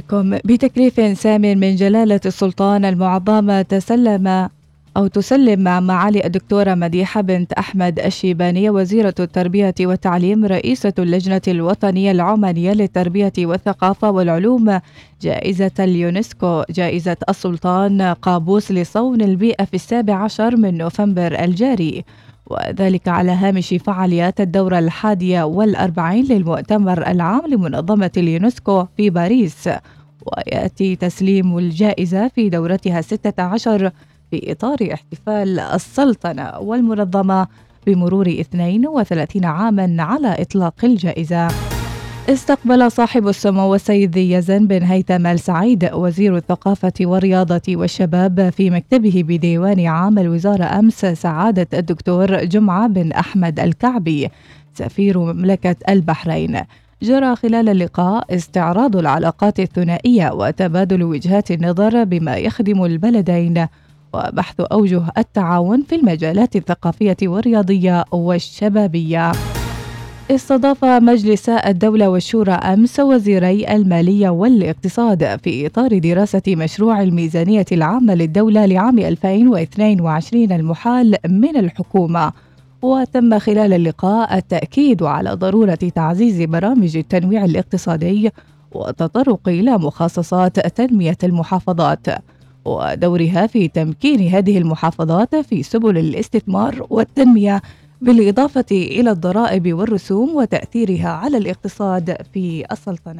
عليكم. بتكليف سام من جلالة السلطان المعظم تسلم مع معالي الدكتورة مديحة بنت أحمد الشيبانية وزيرة التربية والتعليم رئيسة اللجنة الوطنية العمانية للتربية والثقافة والعلوم جائزة اليونسكو، جائزة السلطان قابوس لصون البيئة في 17 من نوفمبر الجاري، وذلك على هامش فعاليات الدورة 41 للمؤتمر العام لمنظمة اليونسكو في باريس. ويأتي تسليم الجائزة في دورتها 16 في إطار احتفال السلطنة والمنظمة بمرور 32 عاما على إطلاق الجائزة. استقبل صاحب السمو السيد ذي يزن بن هيثم السعيد وزير الثقافة والرياضة والشباب في مكتبه بديوان عام الوزارة أمس سعادة الدكتور جمعة بن أحمد الكعبي سفير مملكة البحرين. جرى خلال اللقاء استعراض العلاقات الثنائية وتبادل وجهات النظر بما يخدم البلدين وبحث أوجه التعاون في المجالات الثقافية والرياضية والشبابية. استضاف مجلس الدولة والشورى أمس وزيري المالية والاقتصاد في إطار دراسة مشروع الميزانية العامة للدولة لعام 2022 المحال من الحكومة. وتم خلال اللقاء التأكيد على ضرورة تعزيز برامج التنويع الاقتصادي والتطرق إلى مخصصات تنمية المحافظات ودورها في تمكين هذه المحافظات في سبل الاستثمار والتنمية، بالإضافة إلى الضرائب والرسوم وتأثيرها على الاقتصاد في السلطنة.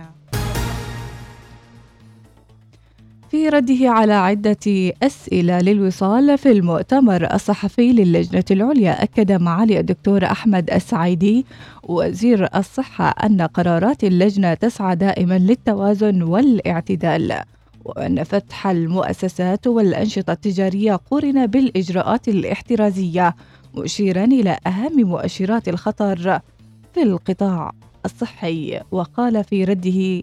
في رده على عدة أسئلة للوصال في المؤتمر الصحفي للجنة العليا، أكد معالي الدكتور أحمد السعيدي وزير الصحة أن قرارات اللجنة تسعى دائما للتوازن والاعتدال، وأن فتح المؤسسات والأنشطة التجارية قرن بالإجراءات الاحترازية، مشيرا إلى أهم مؤشرات الخطر في القطاع الصحي. وقال في رده: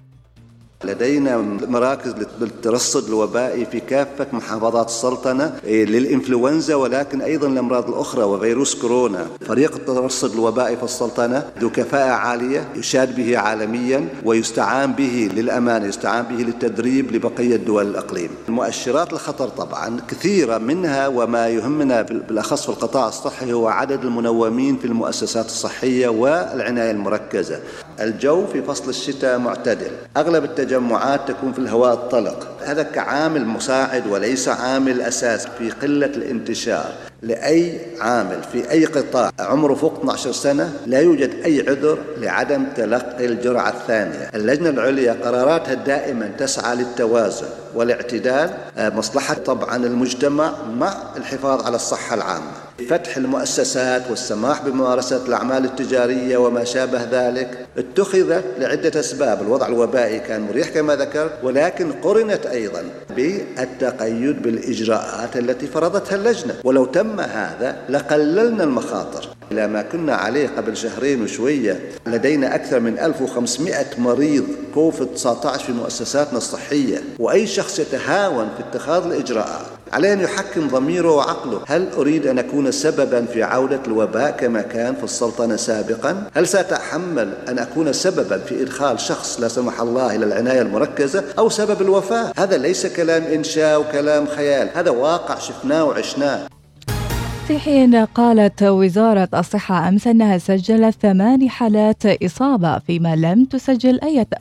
لدينا مراكز للترصد الوبائي في كافة محافظات السلطنة للإنفلونزا، ولكن أيضا الأمراض الأخرى وفيروس كورونا. فريق الترصد الوبائي في السلطنة ذو كفاءة عالية يشاد به عالميا ويستعان به للأمانة، يستعان به للتدريب لبقية دول الأقليم. المؤشرات الخطر طبعا كثيرة منها، وما يهمنا بالأخص في القطاع الصحي هو عدد المنومين في المؤسسات الصحية والعناية المركزة. الجو في فصل الشتاء معتدل، أغلب التجمعات تكون في الهواء الطلق، هذا كعامل مساعد وليس عامل أساس في قلة الانتشار. لأي عامل في أي قطاع عمره فوق 12 سنة لا يوجد أي عذر لعدم تلقي الجرعة الثانية. اللجنة العليا قراراتها دائما تسعى للتوازن والاعتدال، مصلحة طبعا المجتمع مع الحفاظ على الصحة العامة. فتح المؤسسات والسماح بممارسة الأعمال التجارية وما شابه ذلك اتخذت لعدة أسباب. الوضع الوبائي كان مريح كما ذكرت، ولكن قرنت أيضا بالتقيد بالإجراءات التي فرضتها اللجنة، ولو تم هذا لقللنا المخاطر. إلى ما كنا عليه قبل شهرين وشوية لدينا أكثر من 1500 مريض كوفيد-19 في مؤسساتنا الصحية، وأي شخص يتهاون في اتخاذ الإجراءات عليه أن يحكم ضميره وعقله. هل أريد أن أكون سببا في عودة الوباء كما كان في السلطنة سابقا؟ هل سأتحمل أن أكون سببا في إدخال شخص لا سمح الله إلى العناية المركزة أو سبب الوفاة؟ هذا ليس كلام إنشاء وكلام خيال، هذا واقع شفناه وعشناه. في حين قالت وزارة الصحة أمس أنها سجلت 8 حالات إصابة، فيما لم تسجل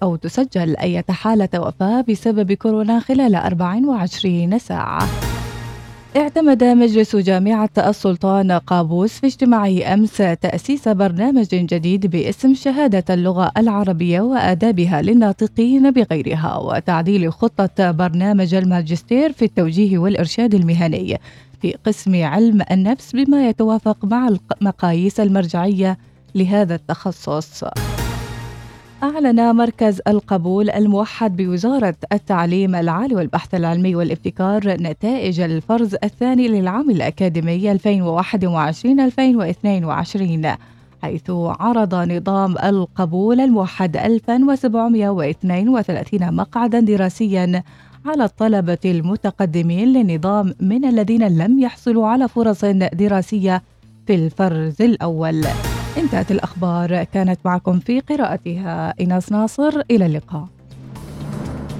أي حالة وفاة بسبب كورونا خلال 24 ساعة. اعتمد مجلس جامعة السلطان قابوس في اجتماعه أمس تأسيس برنامج جديد باسم شهادة اللغة العربية وآدابها للناطقين بغيرها، وتعديل خطة برنامج الماجستير في التوجيه والإرشاد المهني في قسم علم النفس بما يتوافق مع المقاييس المرجعية لهذا التخصص. أعلن مركز القبول الموحد بوزارة التعليم العالي والبحث العلمي والابتكار نتائج الفرز الثاني للعام الأكاديمي 2021-2022، حيث عرض نظام القبول الموحد 1732 مقعدا دراسيا على الطلبة المتقدمين للنظام من الذين لم يحصلوا على فرص دراسية في الفرز الأول. انتهت الأخبار، كانت معكم في قراءتها إيناس ناصر، إلى اللقاء.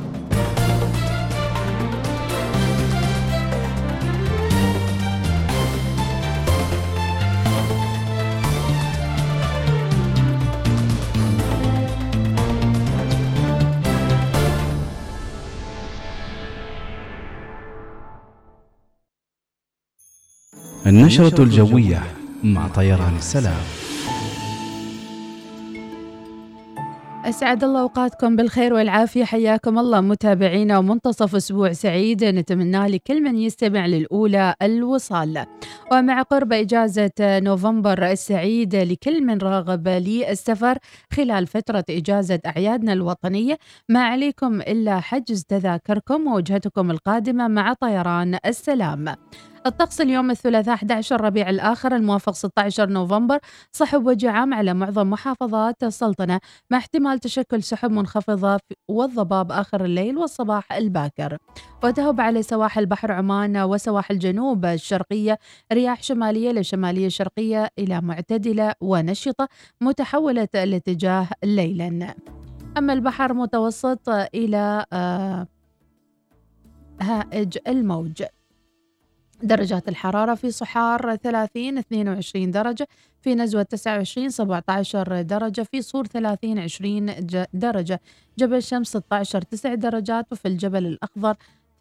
النشرة الجوية مع طيران السلام. أسعد الله أوقاتكم بالخير والعافية، حياكم الله متابعينا ومنتصف أسبوع سعيد نتمنى لكل من يستمع للأولى الوصال. ومع قرب إجازة نوفمبر السعيد لكل من راغب للسفر خلال فترة إجازة أعيادنا الوطنية، ما عليكم إلا حجز تذاكركم ووجهتكم القادمة مع طيران السلام. الطقس اليوم الثلاثاء 11 ربيع الآخر الموافق 16 نوفمبر، صحب وجه عام على معظم محافظات السلطنة مع احتمال تشكل سحب منخفضة والضباب آخر الليل والصباح الباكر. وتهب على سواحل بحر عمان وسواحل جنوب الشرقية رياح شمالية لشمالية شرقية إلى معتدلة ونشطة متحولة الاتجاه ليلا. أما البحر متوسط إلى هائج الموج. درجات الحرارة في صحار 30-22 درجة، في نزوة 29-17 درجة، في صور 30-20 درجة، جبل شمس 16-9 درجات، وفي الجبل الأخضر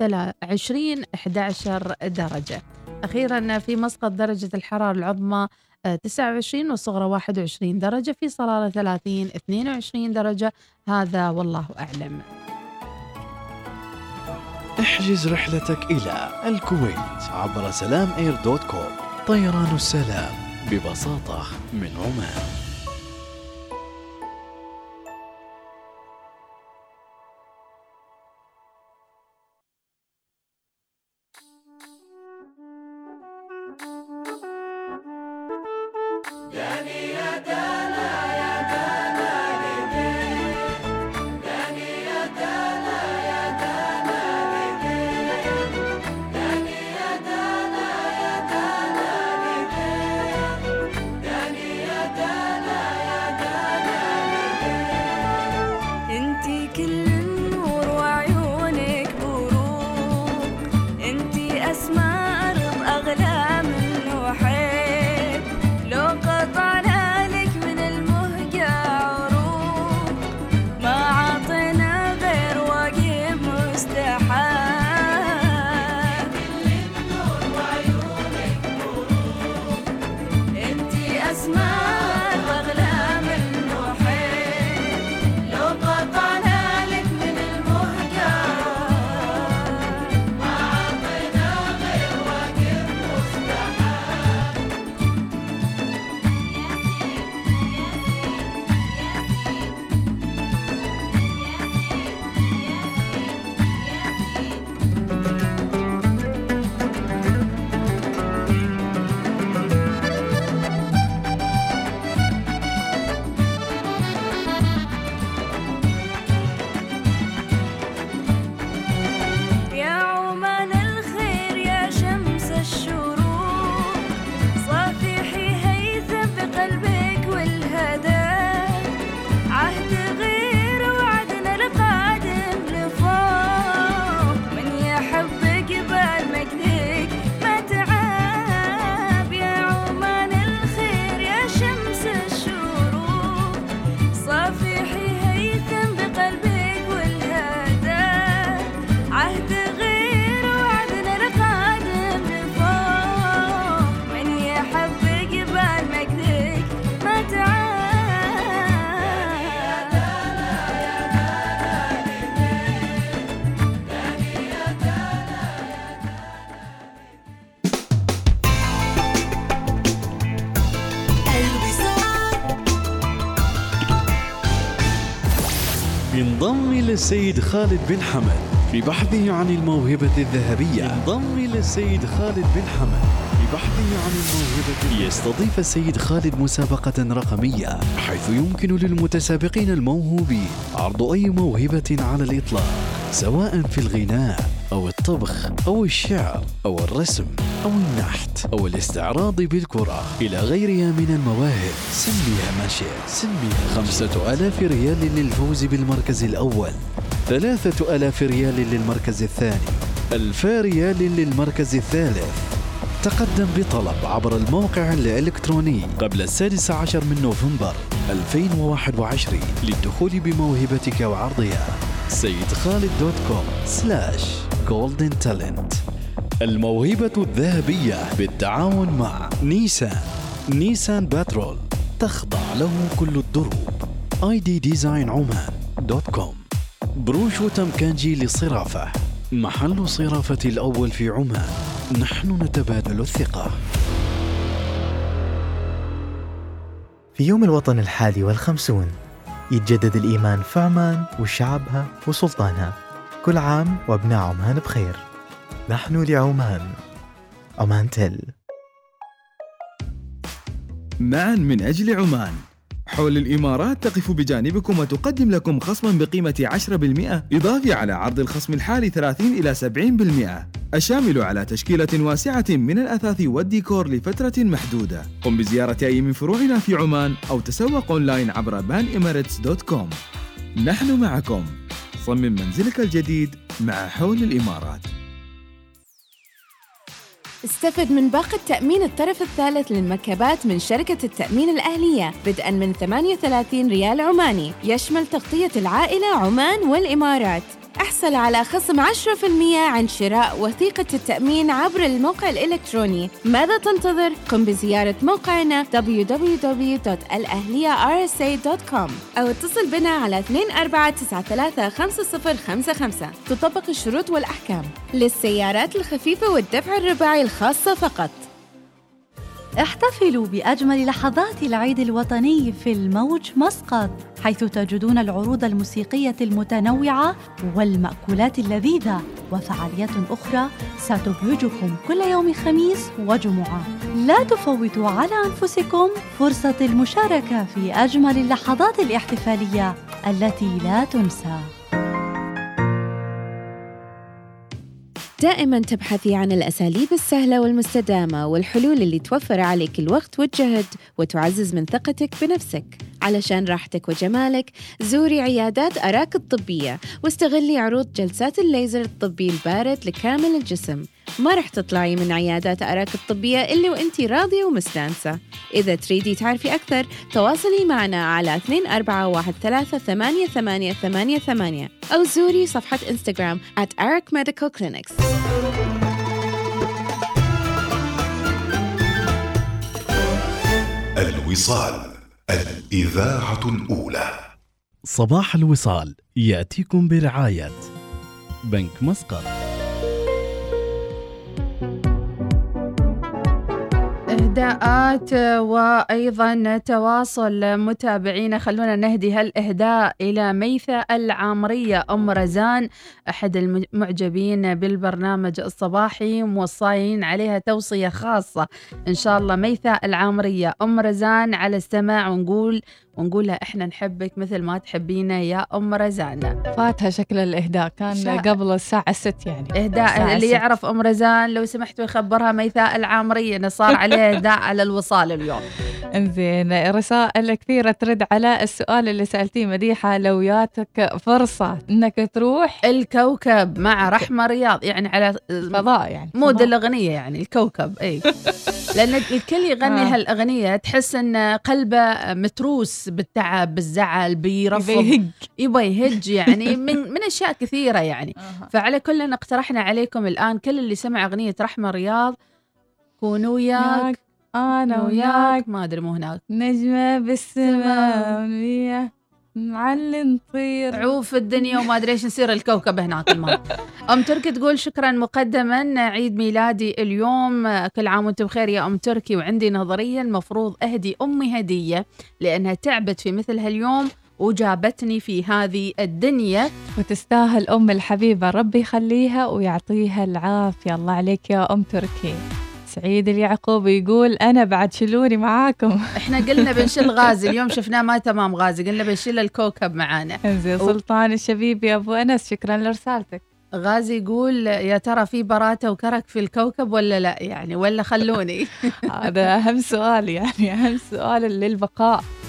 20-11 درجة. أخيرا في مسقط درجة الحرارة العظمى 29 والصغرى 21 درجة، في صلالة 30-22 درجة. هذا والله أعلم. احجز رحلتك إلى الكويت عبر SalamAir.com. طيران السلام ببساطة من عمان. ينضم إلى السيد خالد بن حمد ببحثه عن الموهبة الذهبية. ينضم إلى السيد خالد بن حمد ببحثه عن الموهبة. يستضيف السيد خالد مسابقة رقمية حيث يمكن للمتسابقين الموهوبين عرض أي موهبة على الإطلاق، سواء في الغناء أو الطبخ أو الشعر أو الرسم أو النحت أو الاستعراض بالكرة إلى غيرها من المواهب. سميها ما شئت، سميها. 5000 ريال للفوز بالمركز الأول، 3000 ريال للمركز الثاني، 1000 ريال للمركز الثالث، تقدم بطلب عبر الموقع الإلكتروني قبل 16 من نوفمبر 2021 للدخول بموهبتك وعرضها. سيدخالد.com/golden talent. الموهبة الذهبية بالتعاون مع نيسان باترول، تخضع له كل الدروب. iddesign.oman.com. بروش وتمكانجي للصرافة، محل صرافة الأول في عمان، نحن نتبادل الثقة. في يوم الوطن 51 يتجدد الإيمان في عمان وشعبها وسلطانها. كل عام وابناء عمان بخير. نحن لعمان. عمان تل. معا من أجل عمان. حول الإمارات تقف بجانبكم وتقدم لكم خصما بقيمة 10% إضافي على عرض الخصم الحالي 30 إلى 70%، الشامل على تشكيلة واسعة من الأثاث والديكور لفترة محدودة. قم بزيارة أي من فروعنا في عمان أو تسوق أونلاين عبر banemirates.com. نحن معكم. صمم منزلك الجديد مع حول الإمارات. استفد من باقة تأمين الطرف الثالث للمركبات من شركة التأمين الأهلية بدءاً من 38 ريال عماني، يشمل تغطية العائلة عمان والإمارات. احصل على خصم 10% عن شراء وثيقة التأمين عبر الموقع الإلكتروني. ماذا تنتظر؟ قم بزيارة موقعنا www.alahliyarsa.com أو اتصل بنا على 24935055. تطبق الشروط والأحكام. للسيارات الخفيفة والدفع الرباعي الخاصة فقط. احتفلوا بأجمل لحظات العيد الوطني في الموج مسقط، حيث تجدون العروض الموسيقية المتنوعة والمأكولات اللذيذة وفعاليات أخرى ستبهجكم كل يوم خميس وجمعة. لا تفوتوا على أنفسكم فرصة المشاركة في أجمل اللحظات الاحتفالية التي لا تنسى. دائما تبحثي عن الأساليب السهلة والمستدامة والحلول اللي توفر عليك الوقت والجهد وتعزز من ثقتك بنفسك. علشان راحتك وجمالك زوري عيادات أراك الطبية واستغلي عروض جلسات الليزر الطبي البارد لكامل الجسم. ما رح تطلعي من عيادات أراك الطبية إلا وإنتي راضية ومستانسة. إذا تريدي تعرفي أكثر تواصلي معنا على 24138888 أو زوري صفحة إنستغرام @ArakMedicalClinics. الوصال، الإذاعة الأولى. صباح الوصال يأتيكم برعاية بنك مسقط. إهداءات وأيضا تواصل متابعينا. خلونا نهدي هالإهداء إلى ميثة العامرية أم رزان، أحد المعجبين بالبرنامج الصباحي، موصين عليها توصية خاصة إن شاء الله. ميثة العامرية أم رزان على السماع، ونقولها إحنا نحبك مثل ما تحبينا يا أم رزان. فاتها شكل الإهداء كان قبل الساعة 6 يعني. إهداء اللي يعرف أم رزان لو سمحتوا يخبرها ميثاء العامرية صار عليه إهداء على الوصال اليوم. انزين، رسائل كثيرة ترد على السؤال اللي سألتيه مديحة. لو ياتك فرصة إنك تروح الكوكب مع رحمة رياض، يعني على فضاء، يعني مود الأغنية، يعني الكوكب أي لأن الكل يغني هالأغنية تحس إن قلبه متروس بالتعب بالزعل بيرفض يبغى يهج يعني من أشياء كثيرة يعني. فعلى كلنا اقترحنا عليكم الآن كل اللي سمع أغنية رحمة رياض كونوا وياك أنا وياك، ما أدري مو هناك نجمة بالسماء معلي نطير عوف الدنيا وما أدري إيش نصير الكوكب هناك. المهم أم تركي تقول شكرا مقدما، عيد ميلادي اليوم، كل عام وانتم بخير يا أم تركي، وعندي نظرية المفروض أهدي أمي هدية لأنها تعبت في مثل هاليوم وجابتني في هذه الدنيا، وتستاهل أم الحبيبة، ربي يخليها ويعطيها العافية. الله عليك يا أم تركي. سعيد اليعقوب يقول أنا بعد شلوني معاكم. إحنا قلنا بنشيل غازي اليوم، شفناه ما تمام غازي، قلنا بنشيل الكوكب معانا. انزين سلطان الشبيب يا أبو أنس، شكرا لرسالتك. غازي يقول يا ترى في براته وكرك في الكوكب ولا لا، يعني ولا خلوني. هذا أهم سؤال، يعني أهم سؤال للبقاء.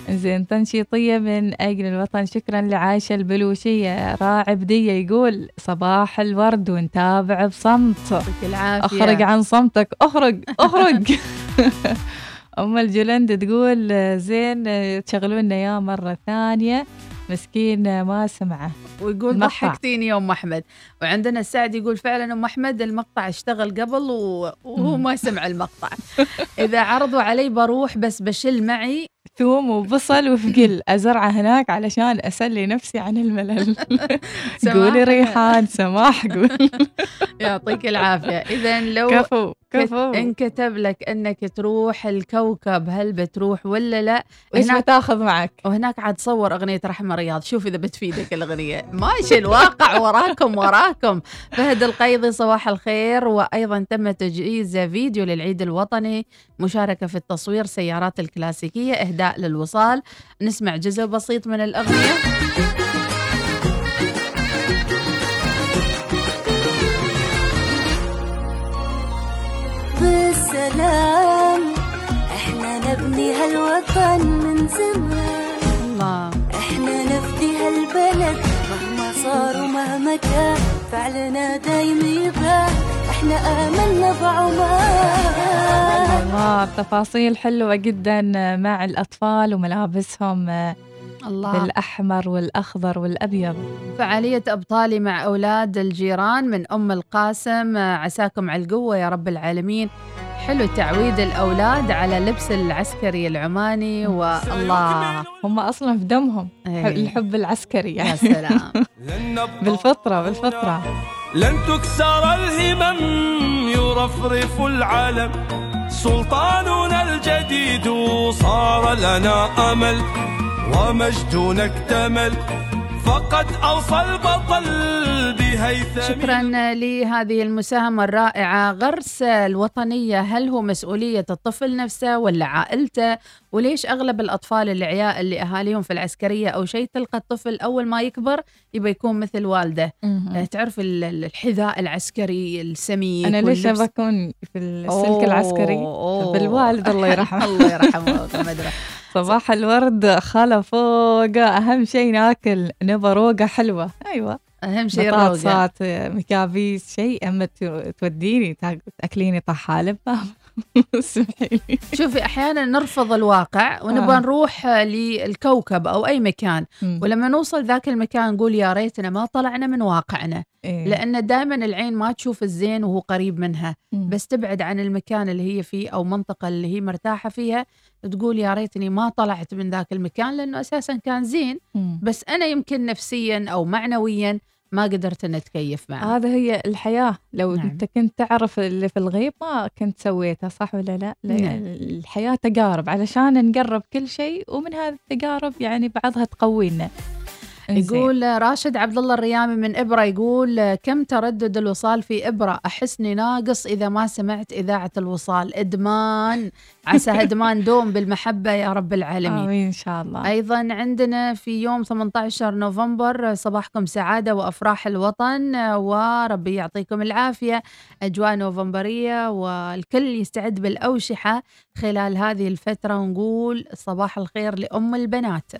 زين تنشيطية من أجل الوطن. شكرا لعايشة البلوشية. راعي بدية يقول صباح الورد ونتابع بصمت. أخرج عن صمتك، أخرج. أم الجلند تقول زين تشغلوا لنا يا مرة ثانية، مسكين ما سمعه ويقول ضحكتيني يا أم أحمد. وعندنا السعد يقول فعلا أم أحمد المقطع اشتغل قبل وهو ما سمع المقطع. إذا عرضوا علي بروح بس بشل معي ثوم وبصل وفقل أزرعه هناك علشان أسلي نفسي عن الملل. قولي ريحان سماح قول. يعطيك العافية. إذا لو كفو انكتب لك أنك تروح الكوكب هل بتروح ولا لا؟ وإيش بتاخذ معك؟ وهناك عاد صور أغنية رحمة رياض، شوف إذا بتفيدك الأغنية. ماشي الواقع وراكم. فهد القيضي صباح الخير. وأيضا تم تجهيز فيديو للعيد الوطني، مشاركة في التصوير سيارات الكلاسيكية، إهداء للوصال. نسمع جزء بسيط من الأغنية. بالسلام احنا نبني هالوطن من زمان، الله احنا نفدي هالبلد مهما صار ومهما كان، فعلنا دايم يبان، احنا آمنا بعمان. الله تفاصيل حلوة جدا مع الأطفال وملابسهم الله بالأحمر والأخضر والأبيض. فعالية أبطالي مع أولاد الجيران من أم القاسم، عساكم على القوة يا رب العالمين. حلو تعويد الأولاد على لبس العسكري العماني. والله هم أصلا في دمهم الحب العسكري يعني. يا سلام. بالفطرة. لن تكسر الهمم يرفرف العالم، سلطاننا الجديد صار لنا أمل، ومجدنا اكتمل فقد أوصى البطل بهيثم. شكرا لهذه المساهمة الرائعة. غرس الوطنية هل هو مسؤولية الطفل نفسه ولا عائلته؟ وليش أغلب الأطفال اللي أهاليهم في العسكرية أو شيء تلقى الطفل أول ما يكبر يبقى يكون مثل والده؟ تعرف الحذاء العسكري السميك. أنا ليش بكون في السلك العسكري بالوالد الله يرحمه. الله يرحمه المدرسة. صباح الورد خلا فوق. أهم شيء ناكل نبروقة حلوة. أيوة أهم شيء الروقة. مكابيس شيء أما توديني تأكليني طحالب. سمحيلي. شوفي أحيانا نرفض الواقع ونبغى نروح للكوكب أو أي مكان، ولما نوصل ذاك المكان نقول يا ريتنا ما طلعنا من واقعنا. لأن دائما العين ما تشوف الزين وهو قريب منها، بس تبعد عن المكان اللي هي فيه أو منطقة اللي هي مرتاحة فيها، تقول يا ريتني ما طلعت من ذاك المكان لأنه أساسا كان زين، بس أنا يمكن نفسيا أو معنويا ما قدرت أن أتكيف معه. هذا هي الحياة. لو أنت كنت تعرف اللي في الغيب ما كنت سويتها، صح ولا لا؟ الحياة تجارب علشان نقرب كل شيء، ومن هذه التجارب يعني بعضها تقوينا. يقول راشد عبد الله الريامي من إبرة، يقول كم تردد الوصال في إبرة، أحسني ناقص إذا ما سمعت إذاعة الوصال. إدمان، عسى إدمان دوم بالمحبة يا رب العالمين. آمين إن شاء الله. أيضا عندنا في يوم 18 نوفمبر صباحكم سعادة وأفراح الوطن، وربي يعطيكم العافية. أجواء نوفمبرية والكل يستعد بالأوشحة خلال هذه الفترة، ونقول صباح الخير لأم البنات.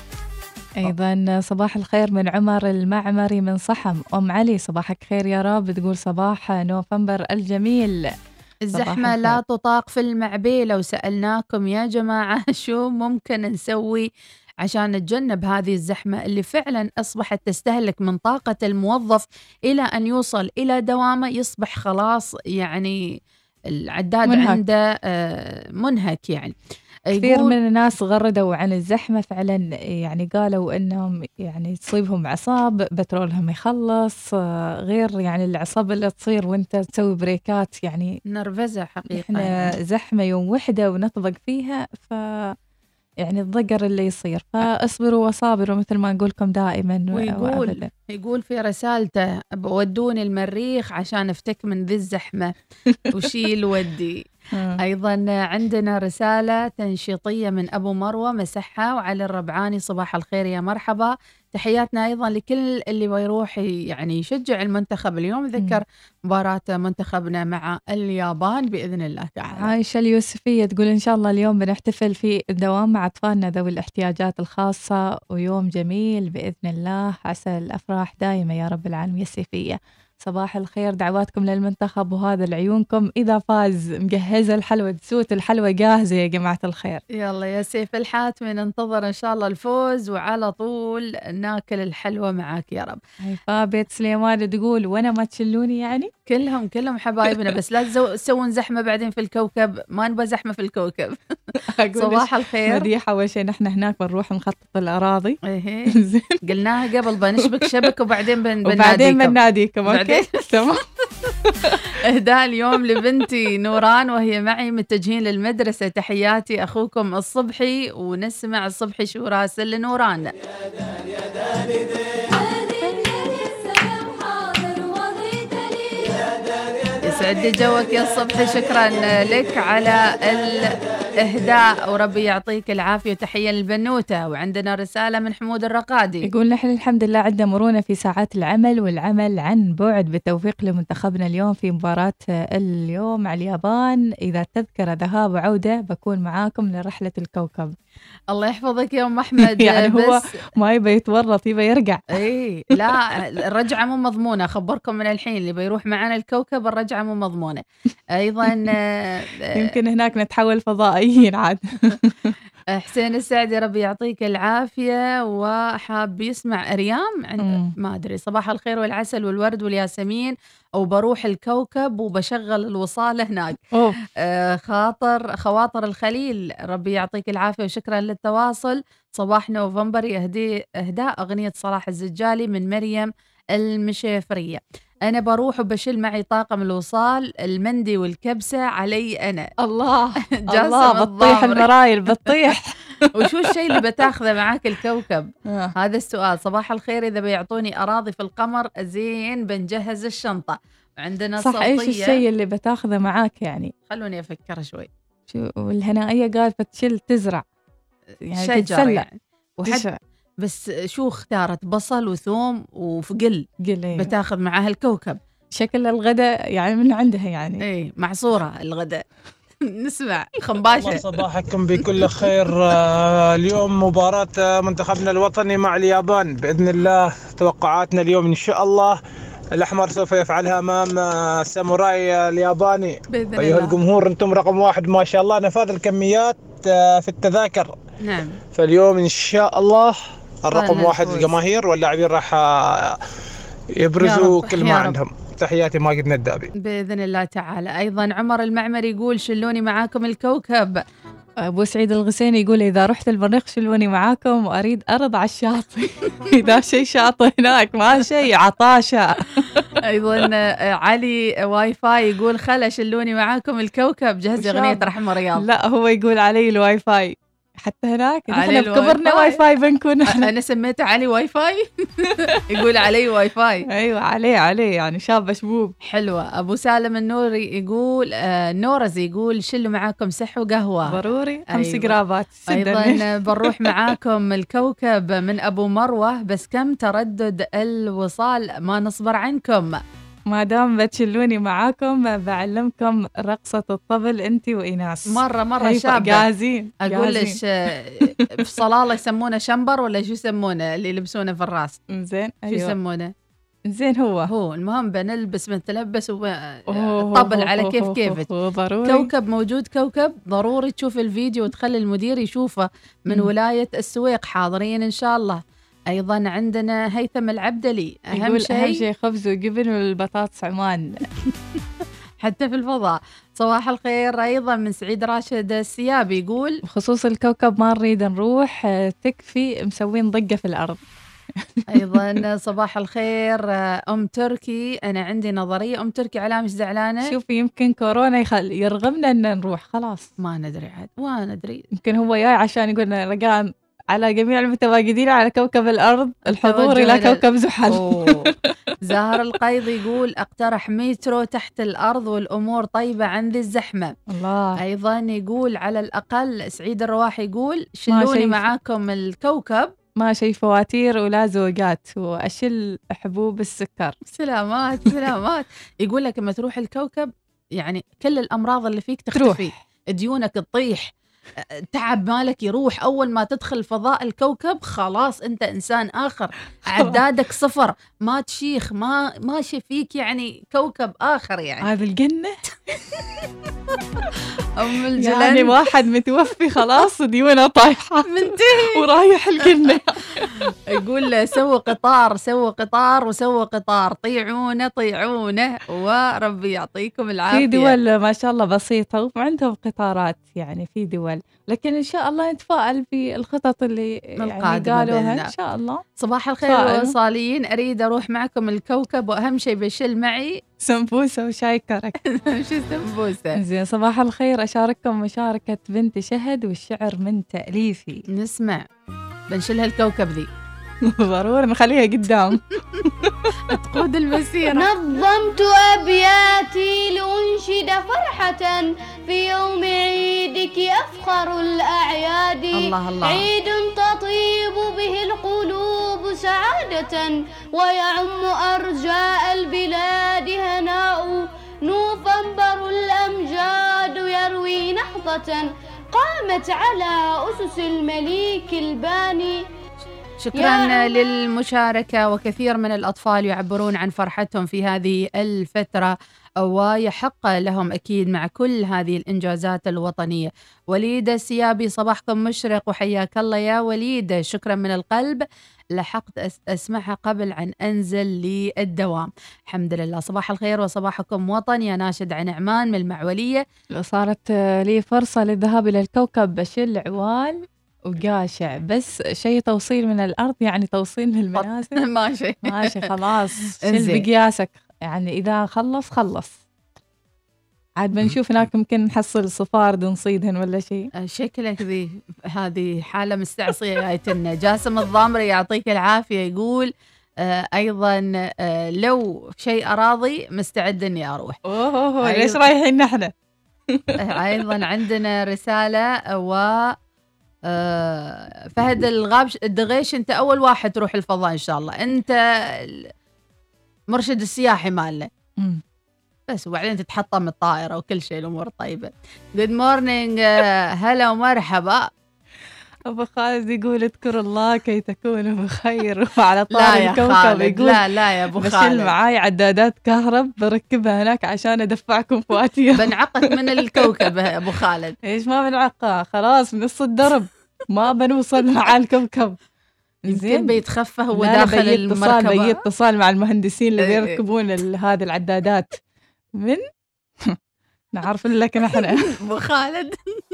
أيضا صباح الخير من عمر المعمري من صحم. أم علي صباحك خير يا رب، تقول صباح نوفمبر الجميل. الزحمة لا تطاق في المعبيلة، وسألناكم يا جماعة شو ممكن نسوي عشان نتجنب هذه الزحمة اللي فعلا أصبحت تستهلك من طاقة الموظف إلى أن يوصل إلى دوامه يصبح خلاص يعني العداد عنده منهك. يعني كثير من الناس غردوا عن الزحمة فعلا، يعني قالوا إنهم يعني تصيبهم عصاب، بترولهم يخلص، غير يعني العصاب اللي تصير وانت تسوي بريكات، يعني نرفزة حقيقة. احنا زحمة يوم وحدة ونطبق فيها، يعني الضجر اللي يصير، فاصبروا وصابروا مثل ما نقولكم دائما. يقول في رسالته بودوني المريخ عشان افتك من ذي الزحمة وشيل ودي. أيضا عندنا رسالة تنشيطية من أبو مروة مسحة وعلي الربعاني، صباح الخير يا مرحبا. تحياتنا أيضا لكل اللي بيروح يعني يشجع المنتخب اليوم. ذكر مباراة منتخبنا مع اليابان بإذن الله تعالى. عايشة اليوسفية تقول إن شاء الله اليوم بنحتفل في الدوام مع أطفالنا ذوي الاحتياجات الخاصة، ويوم جميل بإذن الله، عسى الأفراح دائمة يا رب العالمين. السيفية صباح الخير، دعواتكم للمنتخب وهذا لعيونكم إذا فاز. مجهزة الحلوى دسوت، الحلوى جاهزة يا جماعة الخير. يلا يا سيف الحاتمي، ننتظر إن شاء الله الفوز وعلى طول ناكل الحلوى معاك يا رب. هيفاء بيت سليمان تقول وأنا ما تشلوني يعني؟ كلهم حبايبنا، بس لا تسوون زحمة بعدين في الكوكب، ما نبغى زحمة في الكوكب. صباح الخير مديحة. أول شيء نحن هناك بنروح نخطط الأراضي. إيه قلناها قبل، بنشبك شبك وبعدين بناديكم. تمام. إهداء اليوم لبنتي نوران وهي معي متجهين للمدرسة. تحياتي أخوكم الصبحي، ونسمع الصبحي شو راسل لنوران. يسعد جوك يا الصبحي، شكرا لك على الإهداء وربي يعطيك العافية. وتحية للبنوتة. وعندنا رسالة من حمود الرقادي يقول نحن الحمد لله عندنا مرونة في ساعات العمل والعمل عن بعد، بالتوفيق لمنتخبنا اليوم في مباراة اليوم مع اليابان. إذا تذكر ذهاب وعودة بكون معاكم لرحلة الكوكب. الله يحفظك يا أم أحمد. يعني هو ما يبي يتورط، يبي يرجع. إيه لا، الرجعة مو مضمونة، خبركم من الحين اللي بيروح معنا الكوكب الرجعة مو مضمونة. أيضا يمكن هناك نتحول فضائيين عاد. حسين السعدي ربي يعطيك العافية، وحاب يسمع أريام عند ما أدري. صباح الخير والعسل والورد والياسمين، وبروح الكوكب وبشغل الوصال هناك. خواطر الخليل ربي يعطيك العافية وشكرا للتواصل. صباح نوفمبر إهداء أغنية صلاح الزجالي من مريم المشيفرية. أنا بروح وبشيل معي طاقم الوصال، المندي والكبسة علي أنا. الله الله، بتطيح المرايل بتطيح. وشو الشيء اللي بتاخذه معاك الكوكب؟ هذا السؤال. صباح الخير، إذا بيعطوني أراضي في القمر زين بنجهز الشنطة. عندنا صح، إيش الشيء اللي بتاخذه معاك يعني؟ خلوني أفكر شوي. شو الهنائية قالت بتشيل تزرع يعني شجر يعني. بس شو اختارت؟ بصل وثوم وفقل بتاخذ معاها الكوكب. شكل الغداء يعني من عندها يعني. ايه معصورة الغداء. نسمع خنباشة. صباحكم بكل خير. اليوم مباراة منتخبنا الوطني مع اليابان بإذن الله. توقعاتنا اليوم إن شاء الله الأحمر سوف يفعلها أمام الساموراي الياباني. أيها الجمهور أنتم رقم واحد ما شاء الله، نفاذ الكميات في التذاكر. نعم. فاليوم إن شاء الله الرقم واحد الجماهير واللاعبين راح يبرزوا كل ما عندهم. تحياتي ماجد ندابي بإذن الله تعالى. أيضا عمر المعمر يقول شلوني معاكم الكوكب. أبو سعيد الغسيني يقول إذا رحت المريخ شلوني معاكم وأريد أرض على الشاطئ. إذا شيء شاطئ هناك ما شيء عطاشة. أيضا علي واي فاي يقول خلا شلوني معاكم الكوكب، جهز أغنية رحمة رياض. لا هو يقول علي الواي فاي حتى هناك. نحن بكبرنا واي فاي بنكون. أنا سميته علي واي فاي. يقول علي واي فاي. أيوة عليه يعني شاب شبوب. حلوة. أبو سالم النوري يقول نورز يقول شلوا معاكم سح وقهوة ضروري 5 قرابات. أيضا بنروح معاكم الكوكب من أبو مروة، بس كم تردد الوصال ما نصبر عنكم. ما دام بتشلوني معاكم بعلمكم رقصة الطبل انتي وإيناس. مرة شابة جاهزين. أقول لش في صلالة يسمونه شمبر ولا شو يسمونه اللي يلبسونه في الراس؟ زين شو يسمونه؟ زين هو المهم بنلبس بنتلبس وطبل على كيفك. ضروري. كوكب موجود، كوكب ضروري تشوف الفيديو وتخلي المدير يشوفه من ولاية السويق. حاضرين إن شاء الله. أيضا عندنا هيثم العبدلي أهم شيء خبز وجبن والبطاطس عمان. حتى في الفضاء. صباح الخير. أيضا من سعيد راشد السيابي يقول بخصوص الكوكب ما نريد نروح، تكفي مسوين ضجة في الأرض. أيضا صباح الخير أم تركي، أنا عندي نظرية. أم تركي على مش زعلانة. شوفي يمكن كورونا يرغمنا أن نروح خلاص. ما ندري عاد ما ندري. يمكن هو جاي عشان يقولنا رجال على جميع المتواجدين على كوكب الأرض الحضور إلى كوكب زحل. زهر القيض يقول اقترح مترو تحت الأرض والأمور طيبة عند الزحمة. الله. أيضا يقول على الأقل سعيد الرواح يقول شلوني معاكم الكوكب، ما شي فواتير ولا زوجات وأشل حبوب السكر. سلامات سلامات. يقول لك لما تروح الكوكب يعني كل الأمراض اللي فيك تختفي، ديونك تطيح، تعب مالك يروح. أول ما تدخل فضاء الكوكب خلاص أنت إنسان آخر، عدادك صفر، ما تشيخ، ما فيك يعني كوكب آخر يعني. هذا الجنة. أم الجلال يعني واحد متوفي خلاص ديونه طايحة منتهي ورايح الجنة. يقول سووا قطار وسووا قطار، طيعونه وربي يعطيكم العافية. في دول ما شاء الله بسيطة وعندهم قطارات يعني في دول، لكن إن شاء الله نتفائل في الخطط اللي يعني قالوها إن شاء الله. صباح الخير والوصاليين، أريد أروح معكم الكوكب وأهم شيء بشيل معي سمبوسة وشاي كرك. شو سمبوسة؟ زين صباح الخير، أشارككم مشاركة بنت شهد والشعر من تأليفي. نسمع. بنشيلها الكوكب ذي. ضروري نخليها قدام. تقود المسيرة. نظمت أبياتي لأنشد فرحة في يوم عيدك أفخر الأعياد. الله الله. عيد تطيب به القلوب سعادة ويعم أرجاء البلاد هناء. نوفمبر الأمجاد يروي نهضة قامت على أسس المليك الباني. شكرا للمشاركة، وكثير من الأطفال يعبرون عن فرحتهم في هذه الفترة ويحق لهم أكيد مع كل هذه الإنجازات الوطنية. وليد السيابي صباحكم مشرق وحياك الله يا وليد، شكرا من القلب، لحقت أسمعها قبل أن أنزل للدوام. الحمد لله. صباح الخير وصباحكم وطن يا ناشد عن عمان من المعولية. صارت لي فرصة للذهاب إلى الكوكب بشيل عوال وقاشع، بس شيء توصيل من الأرض يعني توصيل من المنازل ماشي خلاص. شيل بقياسك يعني إذا خلص عاد بنشوف هناك ممكن نحصل صفار نصيدهن ولا شيء. شكلك ذي هذه حالة مستعصية جايتنا. جاسم الضامري يعطيك العافية يقول أيضا لو شيء أراضي مستعد إني أروح. ليش رايحين نحن؟ أيضا عندنا رسالة فهد الدغيش، أنت أول واحد تروح الفضاء إن شاء الله، أنت مرشد السياحي مالنا بس، وبعدين تتحطم الطائرة وكل شيء، الأمور طيبة. Good morning. هلا ومرحبا. أبو خالد يقول اذكر الله كي تكونوا بخير. وعلى طار الكوكب يقول لا يا أبو خالد بشيل معاي عدادات كهرب بركبها هناك عشان أدفعكم فواتير. بنعقك من الكوكب يا أبو خالد. إيش ما بنعقها خلاص بنص الدرب ما بنوصل مع الكوكب. زين بيتخفى هو داخل المركبة. بي اتصال مع المهندسين اللي يركبون هذه العدادات من نعرف لك نحن. أبو خالد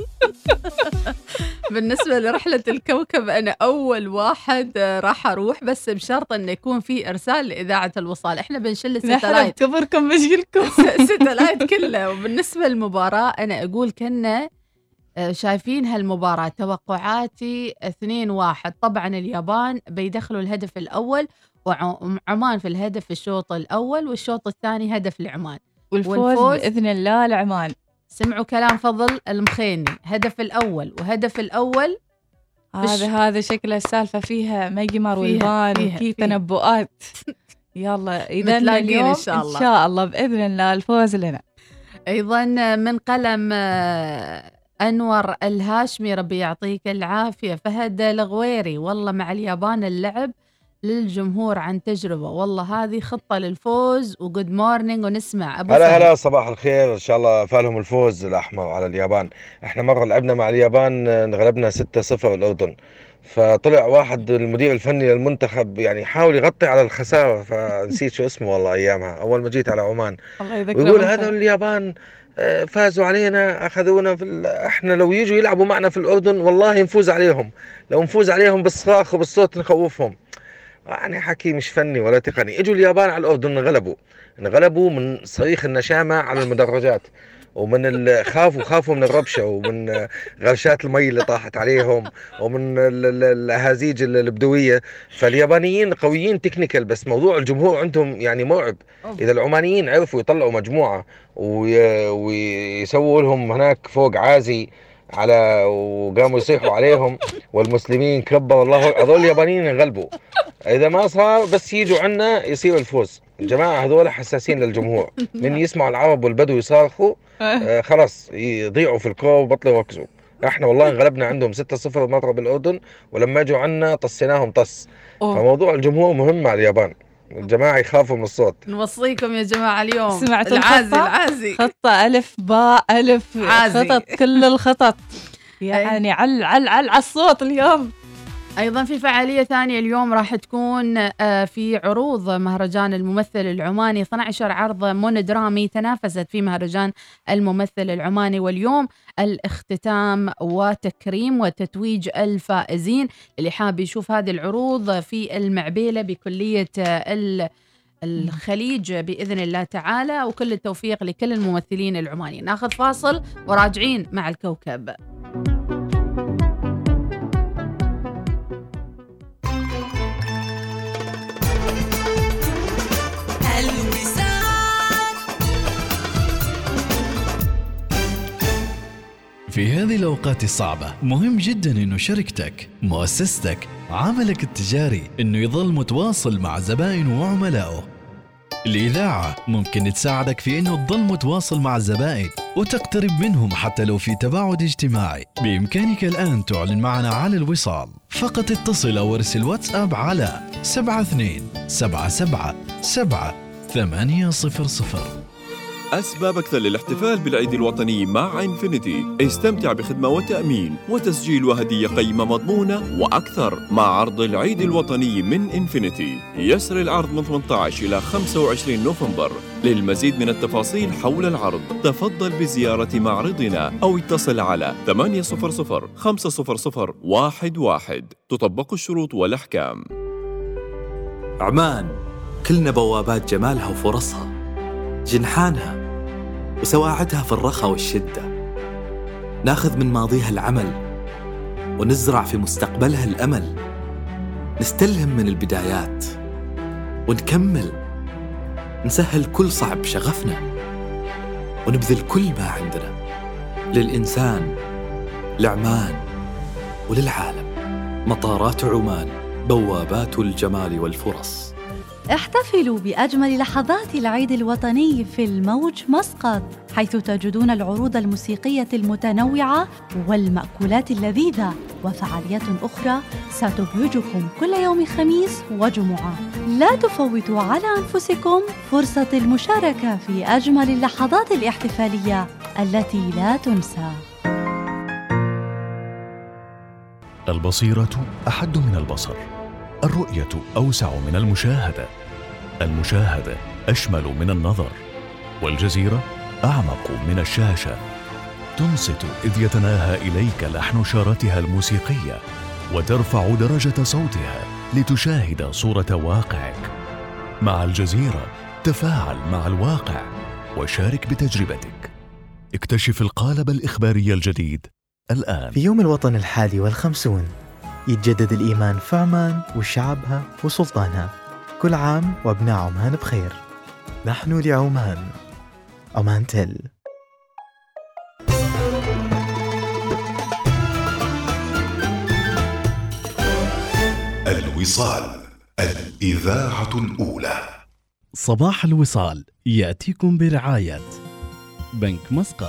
بالنسبة لرحلة الكوكب أنا أول واحد راح أروح، بس بشرط أن يكون في إرسال لإذاعة الوصال. إحنا بنشل الستلايت، نحن كبركم مشكلكم ستلايت كله. وبالنسبة للمباراة أنا أقول كنا شايفين هالمباراة، توقعاتي 2-1. طبعا اليابان بيدخلوا الهدف الأول وعمان في الهدف الشوط الأول، والشوط الثاني هدف لعمان، والفوز بإذن الله لعمان. سمعوا كلام فضل المخيني، هدف الأول وهدف الأول. هذا شكل السالفة فيها ميمر والبان وفي تنبؤات. يلا إذا اليوم إن شاء الله بإذن الله الفوز لنا. أيضا من قلم أنور الهاشمي ربي يعطيك العافية. فهد الغويري والله مع اليابان اللعب للجمهور عن تجربة، والله هذه خطة للفوز. وجود مورنينج ونسمع أبو هلا صباح الخير، إن شاء الله فالهم الفوز الأحمر على اليابان. إحنا مرة لعبنا مع اليابان غلبنا 6-0 الأردن، فطلع واحد المدير الفني للمنتخب يعني حاول يغطي على الخسارة، فنسيت شو اسمه والله أيامها أول ما جيت على عمان، ويقول هذا اليابان فازوا علينا أخذونا إحنا لو يجوا يلعبوا معنا في الأردن والله نفوز عليهم، لو نفوز عليهم بالصراخ وبالصوت نخوفهم. يعني حكي مش فني ولا تقني. اجوا اليابان على الأردن انغلبوا من صريخ النشامة على المدرجات، ومن خافوا من الربشة ومن غرشات المي اللي طاحت عليهم ومن الأهازيج البدوية. فاليابانيين قويين تكنيكال، بس موضوع الجمهور عندهم يعني مرعب. إذا العمانيين عرفوا يطلعوا مجموعة ويسووا لهم هناك فوق عازي على وقاموا يصيحوا عليهم والمسلمين كبر الله، هذول اليابانيين ينغلبوا. إذا ما صار بس يجوا عنا يصير الفوز. الجماعة هذول حساسين للجمهور، من يسمعوا العرب والبدو يصارخوا خلاص يضيعوا في الكرة وبطلوا يركزوا. احنا والله انغلبنا عندهم 6-0 مرة بالأردن، ولما جوا عنا طسيناهم طس. فموضوع الجمهور مهم مع اليابان، الجماعة يخافوا من الصوت. نوصيكم يا جماعة اليوم سمعت العازي خطة ألف باء ألف عازي. خطط كل الخطط يعني على الصوت اليوم. أيضا في فعالية ثانية اليوم راح تكون في عروض مهرجان الممثل العماني. 12 عرض مونودرامي تنافست في مهرجان الممثل العماني، واليوم الاختتام وتكريم وتتويج الفائزين. اللي حاب يشوف هذه العروض في المعبيلة بكلية الخليج بإذن الله تعالى، وكل التوفيق لكل الممثلين العمانيين. ناخذ فاصل وراجعين مع الكوكب. في هذه الأوقات الصعبة مهم جدا إنه شركتك، مؤسستك، عملك التجاري إنه يظل متواصل مع زبائنه وعملائه. الإذاعة ممكن تساعدك في إنه تظل متواصل مع الزبائن وتقترب منهم حتى لو في تباعد اجتماعي. بإمكانك الآن تعلن معنا على الوصال. فقط اتصل أو ارسل واتساب على 72777800. أسباب أكثر للاحتفال بالعيد الوطني مع إنفينيتي. استمتع بخدمة وتأمين وتسجيل وهدية قيمة مضمونة وأكثر مع عرض العيد الوطني من إنفينيتي. يسري العرض من 18 إلى 25 نوفمبر. للمزيد من التفاصيل حول العرض تفضل بزيارة معرضنا أو اتصل على 800-500-11. تطبق الشروط والأحكام. عمان كلنا بوابات جمالها وفرصها، جنحانها وسواعدها في الرخاء والشدة. ناخذ من ماضيها العمل ونزرع في مستقبلها الأمل. نستلهم من البدايات ونكمل، نسهل كل صعب شغفنا ونبذل كل ما عندنا للإنسان، لعمان وللعالم. مطارات عمان بوابات الجمال والفرص. احتفلوا بأجمل لحظات العيد الوطني في الموج مسقط، حيث تجدون العروض الموسيقية المتنوعة والمأكولات اللذيذة وفعاليات أخرى ستبهجكم كل يوم خميس وجمعة. لا تفوتوا على أنفسكم فرصة المشاركة في أجمل اللحظات الاحتفالية التي لا تنسى. البصيرة أحد من البصر، الرؤية أوسع من المشاهدة، المشاهدة أشمل من النظر، والجزيرة أعمق من الشاشة. تنصت إذ يتناهى إليك لحن شارتها الموسيقية، وترفع درجة صوتها لتشاهد صورة واقعك. مع الجزيرة تفاعل مع الواقع وشارك بتجربتك. اكتشف القالب الإخباري الجديد الآن. في يوم الوطن 51 يتجدد الإيمان في عمان وشعبها وسلطانها. كل عام وأبناء عمان بخير. نحن لعمان. عمان تل. الوصال، الإذاعة الأولى. صباح الوصال يأتيكم برعاية بنك مسقط.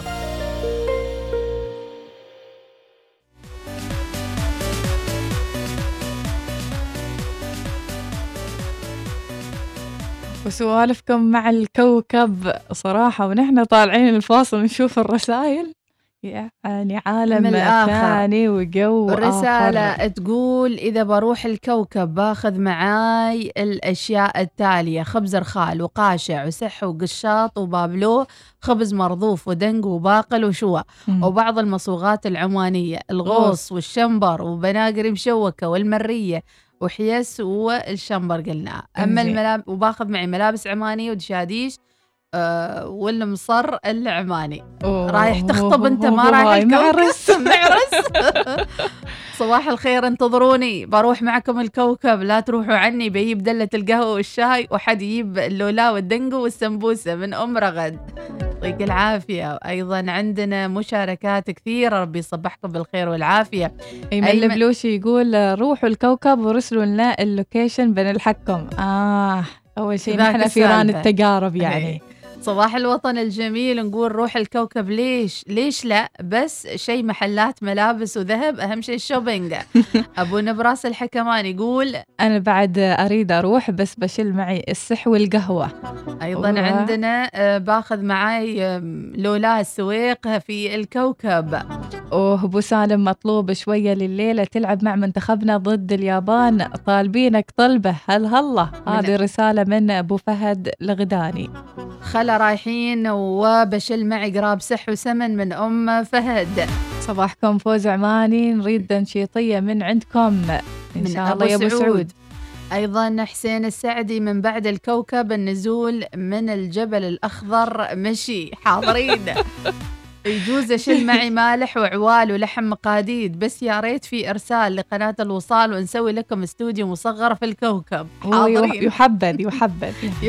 وسوالفكم مع الكوكب صراحة، ونحن طالعين الفاصل نشوف الرسائل، يعني عالم ثاني وجو الرسالة آخر. تقول إذا بروح الكوكب باخذ معاي الأشياء التالية: خبز رخال وقاشع وسح وقشاط وبابلو، خبز مرضوف ودنق وباقل وشوى، وبعض المصوغات العمانية، الغوص والشمبر وبناقر مشوكة والمرية وحيس والشمبر قلنا. أما وباخذ معي ملابس عمانية ودشاديش والمصر العماني. رايح تخطب انت ما رايح معرس. صباح الخير، انتظروني بروح معكم الكوكب، لا تروحوا عني. بيجيب دلة القهوة والشاي، وحد يجيب اللولا والدنقو والسمبوسة من أم رغد. يعطيك العافية. أيضا عندنا مشاركات كثيرة، ربي يصبحكم بالخير والعافية. أيمن البلوشي يقول روحوا الكوكب ورسلوا لنا اللوكيشن بنلحقكم. أول شيء نحن فيران التجارب يعني. صباح الوطن الجميل، نقول روح الكوكب. ليش لا، بس شيء محلات ملابس وذهب، أهم شيء الشوبينج. أبو نبراس الحكمان يقول أنا بعد أريد أروح، بس بشيل معي السح والقهوة. أيضا عندنا باخذ معي لولا السويق في الكوكب. أبو سالم مطلوب شوية لليلة تلعب مع منتخبنا ضد اليابان، طالبينك طلبة هلا. هذه رسالة من أبو فهد الغداني. خلا رايحين وبشل معي قراب سح وسمن من أم فهد. صباحكم فوز عماني، نريد تنشيطية من عندكم إن شاء الله يا أبو سعود. أيضا حسين السعدي من بعد الكوكب، النزول من الجبل الأخضر مشي، حاضرين. يجوز أشيل معي مالح وعوال ولحم مقاديد، بس يا ريت في إرسال لقناة الوصال ونسوي لكم استوديو مصغر في الكوكب. حاضرين. يحبذ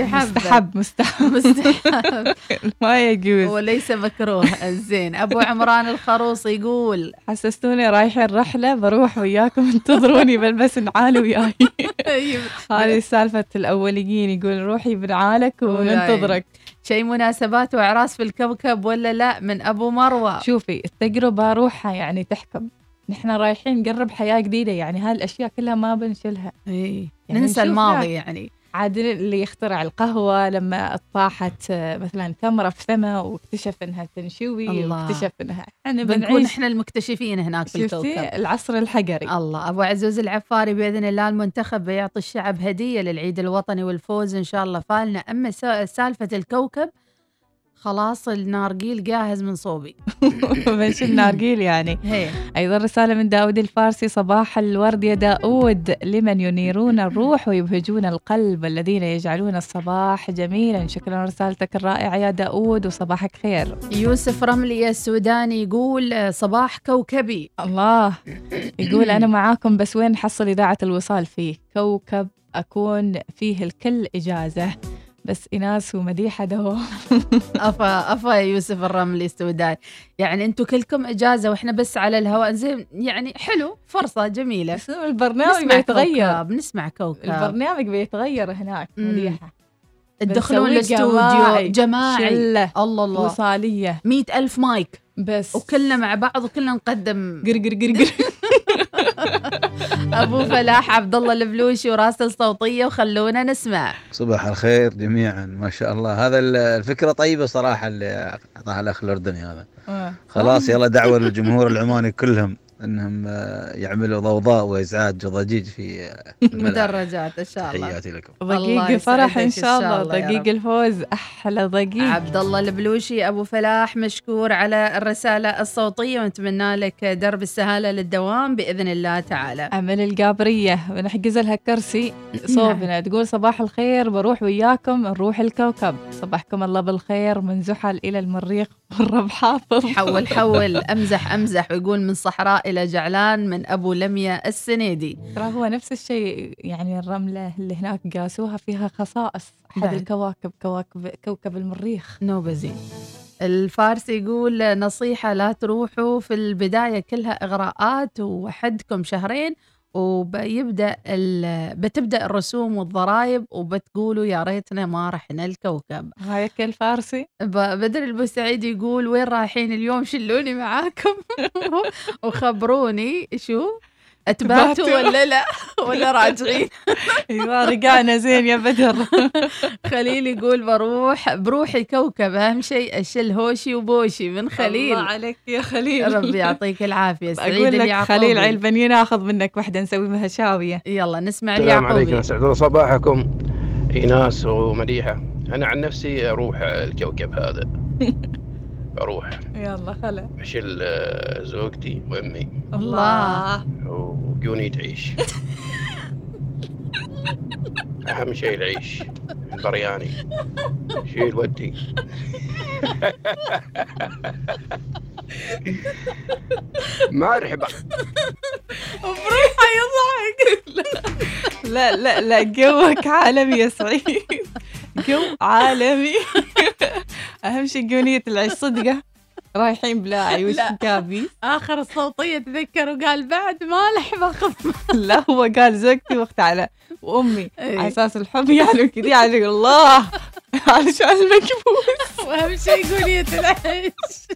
مستحب ما يجوز وليس مكروه. الزين. أبو عمران الخروص يقول حسستوني رايحين رحلة، بروح وياكم، انتظروني بلبس نعال وياي. هذه سالفة الأوليين، يقول روحي بنعالك وننتظرك. شيء مناسبات وأعراس في الكوكب ولا لا؟ من أبو مروة. شوفي التجربة روحها يعني تحكم، نحن رايحين نقرب حياة جديدة، يعني هالأشياء كلها ما بنشيلها. يعني ننسى الماضي. يعني عاد اللي يخترع القهوة لما طاحت مثلا تمرة في فمه واكتشف انها تنشوي، واكتشف انها احنا بنكون احنا المكتشفين هناك في الكوكب. العصر الحجري. الله. ابو عزوز العفاري بإذن الله المنتخب بيعطي الشعب هدية للعيد الوطني والفوز ان شاء الله فالنا. اما سالفة الكوكب خلاص النارجيل جاهز من صوبي. بنشوف النارجيل يعني. أيضا رسالة من داود الفارسي، صباح الورد يا داود لمن ينيرون الروح ويبهجون القلب، الذين يجعلون الصباح جميلا. شكرا رسالتك الرائعة يا داود وصباحك خير. يوسف رملي السوداني يقول صباح كوكبي. الله. يقول أنا معاكم، بس وين نحصل إذاعة الوصال فيه كوكب أكون فيه الكل إجازة، بس إناس ومديحة دوام. أفا يا يوسف الرملي السوداني، يعني أنتوا كلكم إجازة وإحنا بس على الهواء. زين يعني حلو، فرصة جميلة. البرنامج بيتغير، بنسمع كوكب. البرنامج بيتغير هناك. مديحة تدخلون الاستوديو جماعي، شلة الله وصالية 100,000 مايك بس، وكلنا مع بعض وكلنا نقدم قر. أبو فلاح عبد الله البلوشي وراسل صوتية، وخلونا نسمع. صباح الخير جميعا، ما شاء الله. هذا الفكرة طيبة صراحة اللي أعطاها الأخ الأردني هذا. خلاص يلا دعوة للجمهور العماني كلهم أنهم يعملوا ضوضاء وإزعاج وضجيج في المدرجات. إن شاء الله. تحياتي لكم. ضجيج فرح إن شاء الله. ضجيج الفوز أحلى ضجيج. عبد الله البلوشي أبو فلاح مشكور على الرسالة الصوتية، ونتمنى لك درب السهالة للدوام بإذن الله تعالى. أمل القابرية ونحجز لها كرسي صوبنا، تقول صباح الخير، بروح وياكم نروح الكوكب. صباحكم الله بالخير من زحل إلى المريخ والرب حافظ. حول أمزح ويقول من صحراء إلى جعلان من أبو لميا السنيدي. ترى هو نفس الشيء، يعني الرملة اللي هناك قاسوها فيها خصائص أحد الكواكب، كوكب المريخ. نوبزي. الفارسي يقول نصيحة لا تروحوا في البداية كلها إغراءات، وحدكم شهرين بتبدأ الرسوم والضرائب، وبتقولوا يا ريتنا ما رحنا الكوكب. هايك الفارسي. بدر البوسعيد يقول وين رايحين اليوم، شلوني معاكم وخبروني شو أتباتوا ولا لا ولا راجعين. ايوه رجعنا زين يا بدر. خليل يقول بروحي كوكب، أهم شيء أشل هوشي وبوشي من خليل. الله عليك يا خليل، ربي يعطيك العافية. أقول لك خليل علبني ناخذ منك واحدة نسوي بها شاوية. يلا نسمع السلام عليكم، سعد الله صباحكم إيناس ومديحة. أنا عن نفسي أروح الكوكب هذا. أروح يلا خلا أشيل زوجتي وأمي. الله. وقوني تعيش. أهم شيء العيش البرياني شيل ودي. مرحبا. بروحه يضحك. لا جوك عالمي يا سعيد، جو عالمي. أهم شيء قونية العيش صدقة رايحين بلا عيوش كابي. آخر الصوتية تذكر وقال بعد ما لحبة. لا هو قال زوجتي واخت على وأمي على أساس الحب يعني كذي على الله علشان المكبوس. وأهم شيء قونية العيش.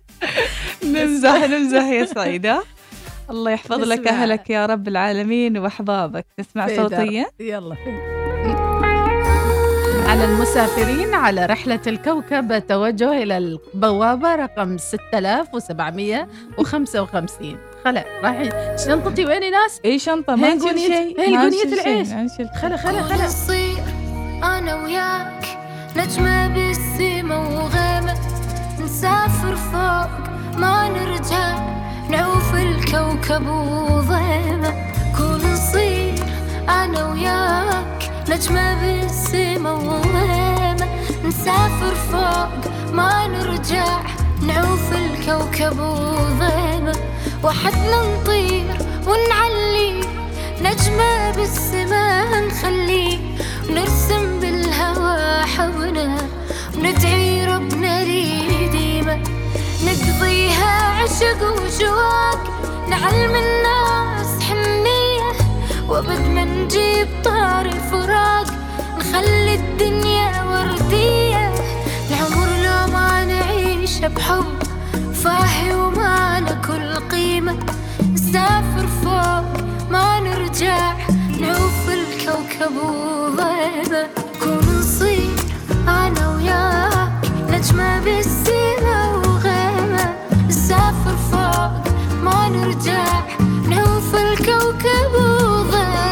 نمزح يا سعيدة. الله يحفظ لك أهلك يا رب العالمين وأحبابك. نسمع صوتية. يلا على المسافرين على رحلة الكوكب التوجه إلى البوابة رقم 6755. خلا رايحين. شنطتي وين ناس؟ اي شنطة ما نشيل شيء. هي قونية العيش. خلا نصير أنا وياك نجمة بالسما وغيمة، نسافر فوق ما نرجع، نعوف الكوكب وضيمة. كون نصير أنا وياك نجمة بالسما وغيمة، نسافر فوق ما نرجع، نعوف الكوكب وضيمة. وحدنا نطير ونعلي، نجمة بالسما نخلي، ونرسم بالهوا حبنا، وندعي ربنا لي ديما. نقضيها عشق وشواق، نعلم الناس حنية، وابد ما نجيب طار الفراق، نخلي الدنيا وردية. العمر لو ما نعيش بحب فاهي ومانا كل قيمة، نسافر فوق ما نرجع، نعوف الكوكب وضيمة. كون نصير أنا وياك نجمة بالسما وغيمة، نسافر فوق ما نرجع، نعوف الكوكب وضيمة.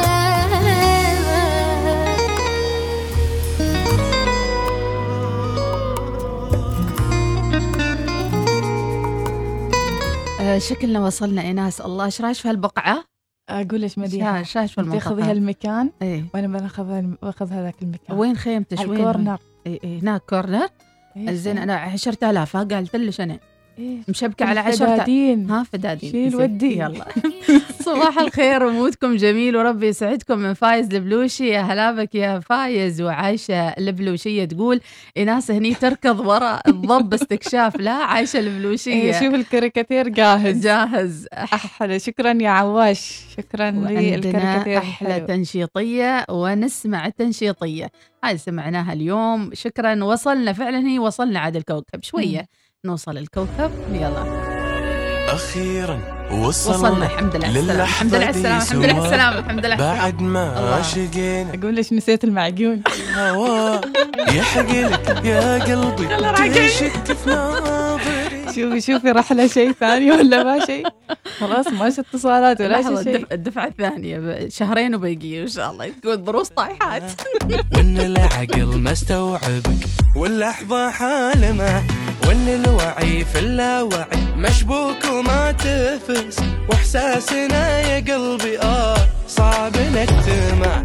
شكلنا وصلنا إيناس. الله إيش رايش في هالبقعة؟ أقول إيش مديحة شايف في المنطقة، تاخذي هالمكان وأنا باخذ هذاك المكان. وين خيمتش؟ وين الكورنر؟ هناك كورنر. زين أنا 10,000 قالت ليش أنا مشبكة على 10,000 فدادين. شيل ودي. يلا. صباح الخير ومودكم جميل وربي يسعدكم. من فايز البلوشي. يا هلا بك يا فايز. وعايشة البلوشية تقول إناس هني تركض وراء الضب استكشاف. لا عايشة البلوشية. شوف الكاريكاتير جاهز. أحلى. شكرا يا عواش، شكرا للكاريكاتير. أحلى تنشيطية ونسمع التنشيطية هاي سمعناها اليوم. شكرا. وصلنا فعلا، هي وصلنا عاد الكوكب شوية نوصل الكوكب. يلا أخيرا وصلنا. الحمد لله الحمد لله السلام، الحمد لله السلام، الحمد لله بعد ما شقينا. أقول ليش نسيت المعجون. هوا يحقلك يا قلبي تشت في ناظري. شوفي رحلة شيء ثاني ولا ما شيء؟ خلاص ماش اتصالات ولا شيء. الدفعة الثانية شهرين وبيجي إن شاء الله. تقول دروس طايحات. وإن العقل ما استوعبك واللحظة حالمة، وإن الوعي في اللاوعي مشبوك وما تفس، وإحساسنا يا قلبي صعب نجتمع.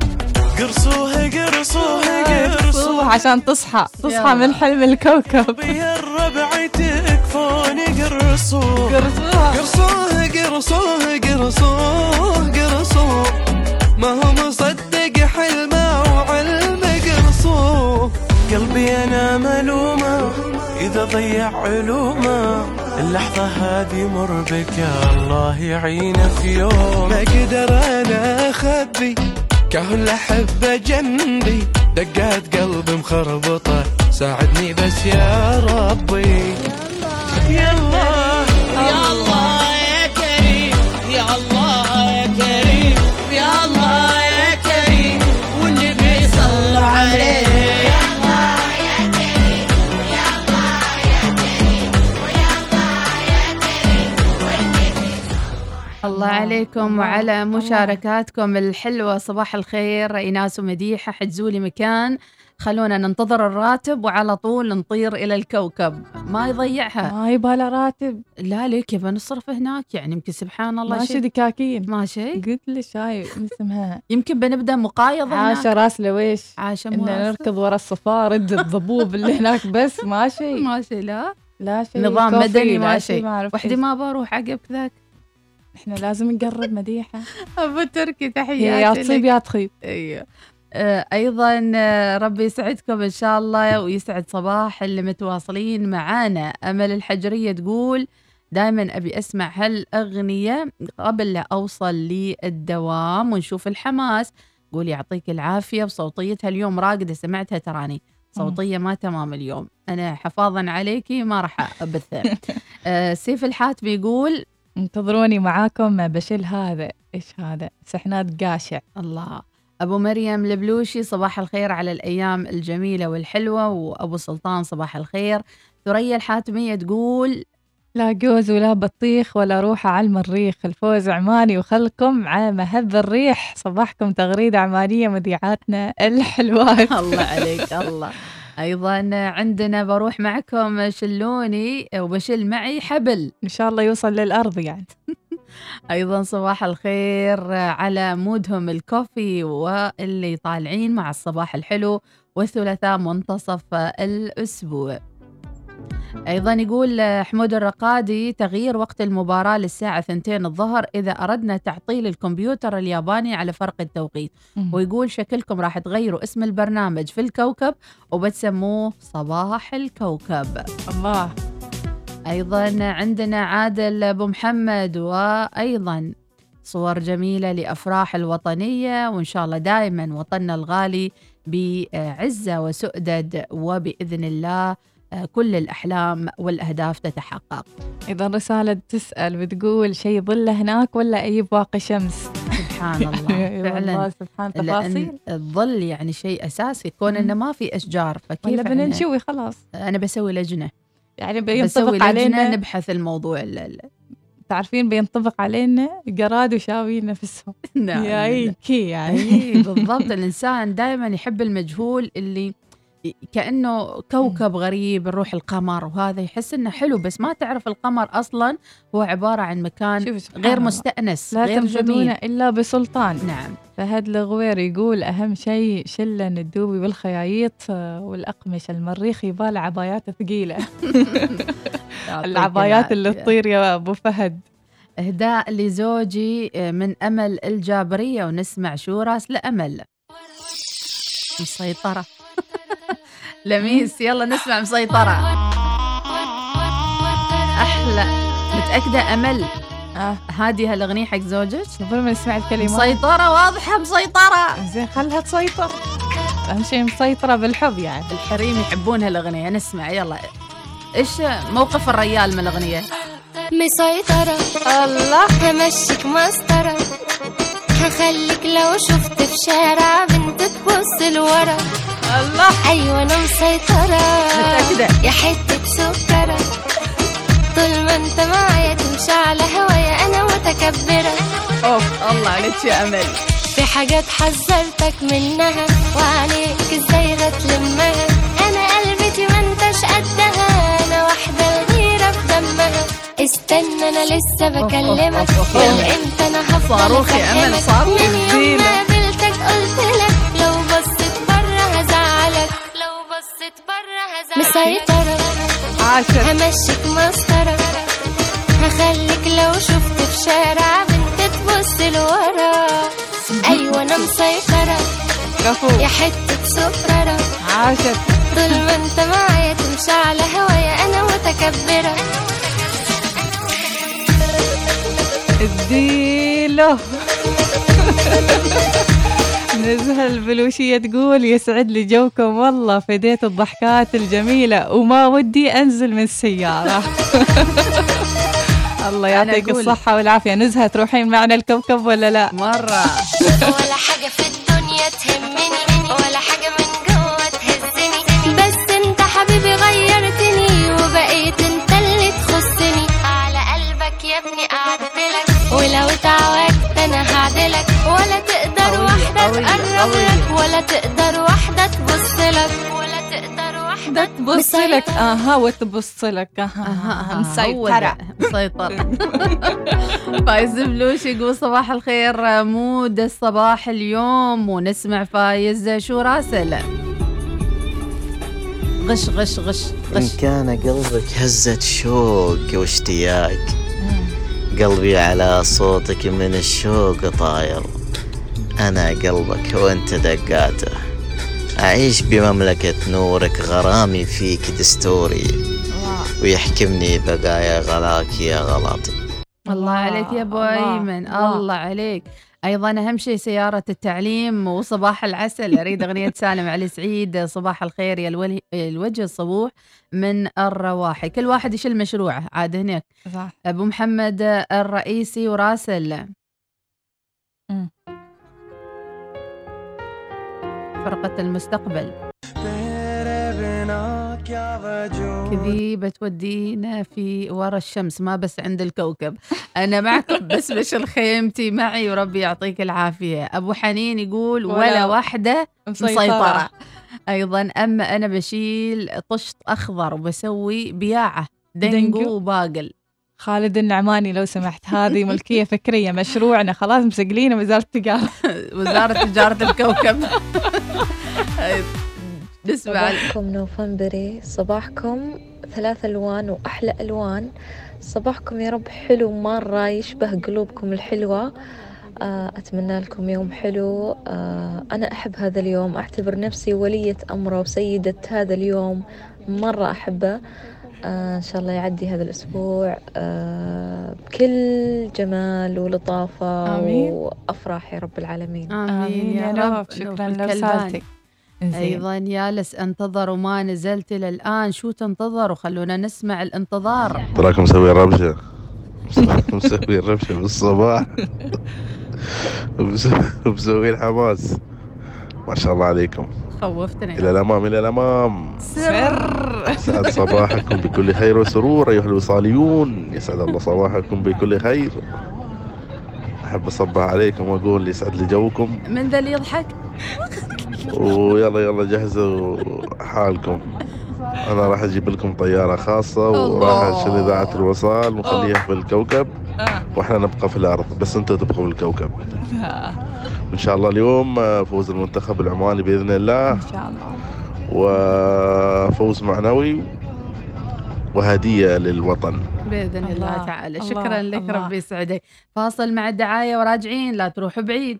قرصوه عشان تصحى من حلم الكوكب. يا الربع تكفوني قرصوه ما هو مصدق حلمه وعلم قرصوه. قلبي أنا ملومة إذا ضيع علومه، اللحظة هذه مر بك يا الله يعينه في يوم. ما قدر أنا أخبي كهل أحبه جنبي، دقات قلب مخربطة ساعدني بس يا ربي. يا الله يا الله يا كريم، يا الله يا كريم، يا الله يا كريم، والنبي صلى عليه. يا الله يا كريم، يا الله يا كريم، ويا الله يا كريم، والنبي الله عليكم وعلى مشاركاتكم الحلوة. صباح الخير إيناس ومديحة. حجزوا لي مكان خلونا ننتظر الراتب وعلى طول نطير إلى الكوكب، ما يضيعها. ما يبغى راتب. لا ليك يبقى نصرف هناك يعني، يمكن سبحان الله ماشي دكاكين. ماشي قلت لي شاي اسمها يمكن بنبدأ مقايضة عاشة راس لويش، عاشة إن نركض ورا الصفار الضبوب اللي هناك بس. ماشي ماشي لا شيء نظام مدني لا شيء. وحدي ما بروح عقب ذاك. احنا لازم نقرب مديحة. أبو تركي تحياتي يا تصيب يا تخيب. ايوه. أيضا ربي يسعدكم إن شاء الله ويسعد صباح اللي متواصلين معانا. أمل الحجرية تقول دائما أبي أسمع هالأغنية قبل لا أوصل للدوام ونشوف الحماس. قول يعطيك العافية، وصوتيتها اليوم راقدة، سمعتها تراني صوتية ما تمام اليوم، أنا حفاظا عليكي ما راح أبثها. سيف الحاتمي يقول انتظروني معاكم بشيل هذا. إيش هذا؟ سحنات قاشع. الله. أبو مريم البلوشي صباح الخير على الأيام الجميلة والحلوة. وأبو سلطان صباح الخير. ثريا الحاتمية تقول لا جوز ولا بطيخ ولا روحة على المريخ، الفوز عماني وخلكم على مهب الريح. صباحكم تغريدة عمانية مذيعاتنا الحلوات. الله عليك الله. أيضا عندنا بروح معكم شلوني وبشل معي حبل، إن شاء الله يوصل للأرض يعني. أيضا صباح الخير على مودهم الكوفي واللي طالعين مع الصباح الحلو والثلاثاء منتصف الأسبوع. أيضا يقول حمود الرقادي تغيير وقت المباراة للساعة 2 الظهر إذا أردنا تعطيل الكمبيوتر الياباني على فرق التوقيت. ويقول شكلكم راح تغيروا اسم البرنامج في الكوكب وبتسموه صباح الكوكب. الله. أيضا عندنا عادل أبو محمد، وأيضا صور جميلة لأفراح الوطنية، وإن شاء الله دائما وطننا الغالي بعزة وسؤدد، وبإذن الله كل الأحلام والأهداف تتحقق. إذا رسالة تسأل بتقول شيء ظل هناك ولا أي باقي شمس؟ سبحان الله فعلا سبحان تفاصيل. الظل يعني شيء أساسي، كون إنه ما في أشجار فكيف ولا بدنا نشوي خلاص. أنا بسوي لجنة يعني بينطبق علينا نبحث الموضوع تعرفين بينطبق علينا قراد وشاويين نفسهم. نعم يعني بالضبط. الإنسان دائما يحب المجهول اللي كأنه كوكب غريب، نروح القمر وهذا يحس إنه حلو، بس ما تعرف القمر أصلا هو عبارة عن مكان غير مستأنس، لا غير تمجدون جميل إلا بسلطان. نعم. فهد الغوير يقول أهم شيء شلة الدوبي والخيايط والأقمشة، المريخ يبال عبايات ثقيلة. العبايات اللي تطير يا أبو فهد. إهداء لزوجي من أمل الجابرية، ونسمع شو راس لأمل. مسيطرة. لميس يلا نسمع مسيطرة. أحلى. متأكدة أمل هذه هالأغنية حق زوجك؟ قبل ما نسمع الكلمات. مسيطرة واضحة مسيطرة. زين خلها تسيطر، أهم شيء مسيطرة بالحب يعني. الحريم يحبون هالأغنية. نسمع يلا. إيش موقف الرجال من الأغنية؟ مسيطرة الله همشيك مسطرة، هخليك لو شفت في شارع بنت تبص لورا. الله أيوة أنا مسيطرة يا حتة سكرة، طول ما أنت معايا تمشي على هوايا أنا متكبرة. أوف الله عليك يا أمل. في حاجات حذرتك منها وعليك إزاي هتلمها، أنا قلبتي ما أنتش قدها، أنا واحدة الغيرة في دمها. استنى أنا لسه بكلمك والإمت أنا هفضل أفهمك. من يوم ما قابلتك قلت لك لو بصيت برا هزعلك، لو بصيت برا هزعلك. مسيطرة همشيك مسطرة، هخليك لو شفت في شارع بنت تبص لورا. أيوة أنا مسيطرة يا حتة سكرة، طول ما أنت معايا تمشي على هوايا أنا متكبرة. اديله. نزهة البلوشية تقول يسعد لي جوكم والله، فديت الضحكات الجميلة وما ودي أنزل من السيارة. الله يعطيك الصحة والعافية. نزهة تروحين معنا الكوكب ولا لا؟ مرة. ولا حاجة في الدنيا تهمني ولا حاجة من جوه تهزني، بس انت حبيبي غيرتني وبقيت انت اللي تخصني. على قلبك يا ابني قعدتلك، ولو اتعودت انا هعدلك، ولا تقدر واحدة تقرب لك ولا تقدر وحدة تبصلك، ولا تقدر وحدة تبصلك. وتبصلك. مسيطرة. فايز بلوش يقول صباح الخير، مود الصباح اليوم، ونسمع فايز شو راسل. غش غش غش غش. إن كان قلبك هزة شوق واشتياق، قلبي على صوتك من الشوق طاير، أنا قلبك وأنت دقاته، أعيش بمملكة نورك، غرامي فيك دستوري، ويحكمني بقايا غلاك يا غلاطي. الله عليك يا أبو أيمن، الله عليك. أيضا أهم شيء سيارة التعليم وصباح العسل. أريد أغنية سالم علي سعيد، صباح الخير يا الوجه الصبوح من الرواحي. كل واحد يشيل مشروعه عاد هناك. صح. أبو محمد الرئيسي وراسل. فرقة المستقبل. كذي بتودينا في ورا الشمس، ما بس عند الكوكب. أنا معكم بس بشل خيمتي معي وربي يعطيك العافية. أبو حنين يقول ولا واحدة مسيطرة. أيضا أما أنا بشيل طشت أخضر وبسوي بياعة دنجو وباقل. خالد النعماني لو سمحت، هذه ملكية فكرية، مشروعنا خلاص مسجلينه وزارة التجارة. وزارة تجارة الكوكب. نسمع. صباحكم نوفمبري، صباحكم 3 ألوان وأحلى ألوان. صباحكم يا رب حلو مرة يشبه قلوبكم الحلوة. أتمنى لكم يوم حلو. أنا أحب هذا اليوم، أعتبر نفسي ولية أمره وسيدة هذا اليوم، مرة أحبه. إن شاء الله يعدي هذا الأسبوع بكل جمال ولطافة. آمين. وأفراح يا رب العالمين. آمين يا رب. شكرا لرسالتك. أيضا يالس انتظر وما نزلت إلى الآن، شو تنتظر؟ وخلونا نسمع الانتظار. تراكم مسوي ربشة، مسوي ربشة بالصباح ومسوي الحماس، ما شاء الله عليكم. خوفتني. إلى الأمام إلى الأمام. سر. سعد صباحكم بكل خير وسرور أيها الوصاليون، يسعد الله صباحكم بكل خير. أحب أصبح عليكم وأقول يسعد لي جوكم. من ذا اللي يضحك؟ ويلا جهزوا حالكم، أنا راح أجيب لكم طيارة خاصة وراح أشيل إذاعة الوصال ونخليها في الكوكب، وإحنا نبقى في الأرض بس أنتوا تبقوا في الكوكب. إن شاء الله اليوم فوز المنتخب العماني بإذن الله، إن شاء الله، وفوز معنوي وهدية للوطن بإذن الله تعالى. شكرا لك، ربي يسعدك. فاصل مع الدعاية وراجعين، لا تروحوا بعيد.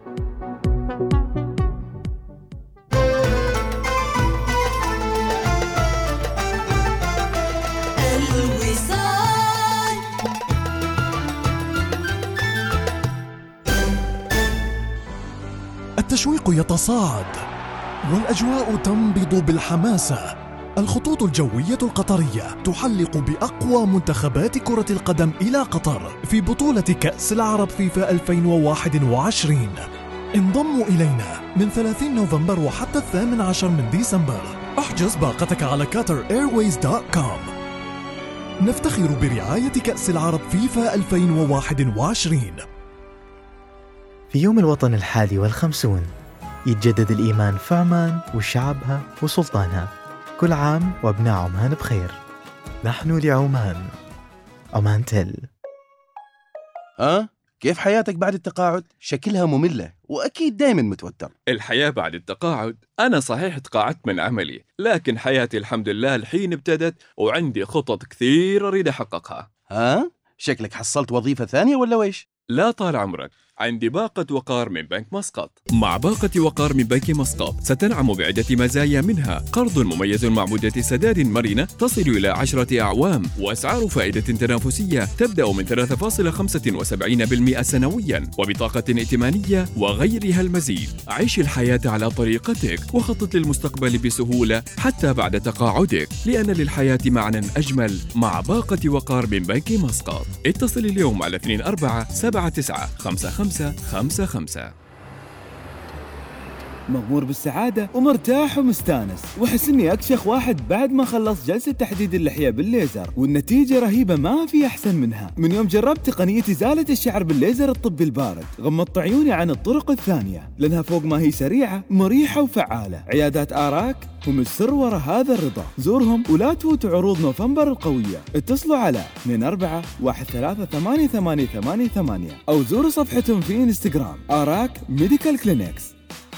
التشويق يتصاعد والأجواء تنبض بالحماسة. الخطوط الجوية القطرية تحلق بأقوى منتخبات كرة القدم إلى قطر في بطولة كأس العرب فيفا 2021. انضموا إلينا من 30 نوفمبر وحتى 18 من ديسمبر. احجز باقتك على QatarAirways.com. نفتخر برعاية كأس العرب فيفا 2021. في يوم الوطن 51 يتجدد الإيمان في عمان وشعبها وسلطانها. كل عام وأبناء عمان بخير. نحن لعمان. عمان تل. كيف حياتك بعد التقاعد؟ شكلها مملة وأكيد دايما متوتر. الحياة بعد التقاعد، أنا صحيح تقاعدت من عملي، لكن حياتي الحمد لله الحين ابتدت وعندي خطط كثير أريد أحققها. شكلك حصلت وظيفة ثانية ولا ويش؟ لا طال عمرك، عندي باقة وقار من بنك مسقط. مع باقة وقار من بنك مسقط ستنعم بعدة مزايا، منها قرض مميز مع مدة سداد مرنة تصل إلى 10 أعوام، وأسعار فائدة تنافسية تبدأ من 3.75% سنويا، وبطاقة ائتمانية وغيرها المزيد. عيش الحياة على طريقتك وخطط للمستقبل بسهولة حتى بعد تقاعدك، لأن للحياة معنى أجمل مع باقة وقار من بنك مسقط. اتصل اليوم على 24795555. مغمور بالسعادة ومرتاح ومستانس، وحس إني أكشخ واحد بعد ما خلص جلسة تحديد اللحية بالليزر، والنتيجة رهيبة ما في أحسن منها. من يوم جربت تقنية إزالة الشعر بالليزر الطبي البارد غمضت عيوني عن الطرق الثانية، لأنها فوق ما هي سريعة مريحة وفعالة. عيادات آراك هم السر وراء هذا الرضا. زورهم ولا تفوت عروض نوفمبر القوية. اتصلوا على 24138888 أو زوروا صفحتهم في انستغرام آراك ميديكال كلينكس.